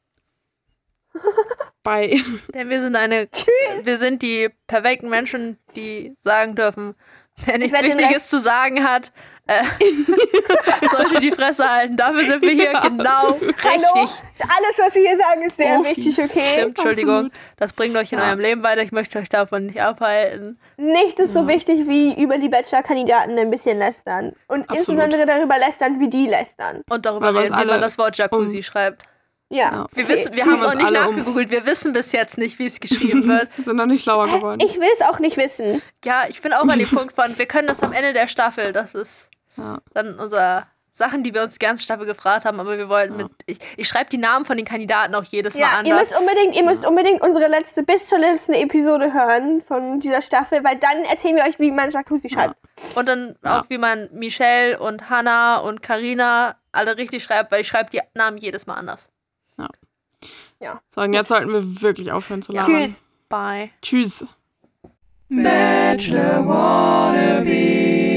Bye. Denn wir sind die perfekten Menschen, die sagen dürfen, wer nichts werde den Wichtiges zu sagen hat, sollte die Fresse halten. Dafür sind wir hier Ja, genau absolut. Hallo? richtig. Alles, was wir hier sagen, ist sehr Offen. wichtig, okay? Stimmt, Entschuldigung, absolut. das bringt euch in Ja. eurem Leben weiter. Ich möchte euch davon nicht abhalten. Nichts ist so wichtig, wie über die Bachelor-Kandidaten ein bisschen lästern. Und Absolut. insbesondere darüber lästern, wie die lästern. Und darüber Weil wir uns reden, wie man alle das Wort Jacuzzi schreibt. Ja. Wir okay. wissen, wir haben es auch uns nicht alle nachgegoogelt. Wir wissen bis jetzt nicht, wie es geschrieben wird. Sind noch nicht schlauer geworden. Ich will es auch nicht wissen. Ja, ich bin auch an dem Punkt von, wir können das am Ende der Staffel. Das ist Ja. dann unsere Sachen, die wir uns die ganze Staffel gefragt haben. Aber wir wollten ich schreibe die Namen von den Kandidaten auch jedes Mal Ja, ihr anders. müsst unbedingt unsere bis zur letzten Episode hören von dieser Staffel, weil dann erzählen wir euch, wie man Jacuzzi schreibt. Und dann auch, wie man Michelle und Hannah und Carina alle richtig schreibt, weil ich schreibe die Namen jedes Mal anders. So, und jetzt sollten wir wirklich aufhören zu Ja. labern. Bye. Tschüss. Bachelor wannabe.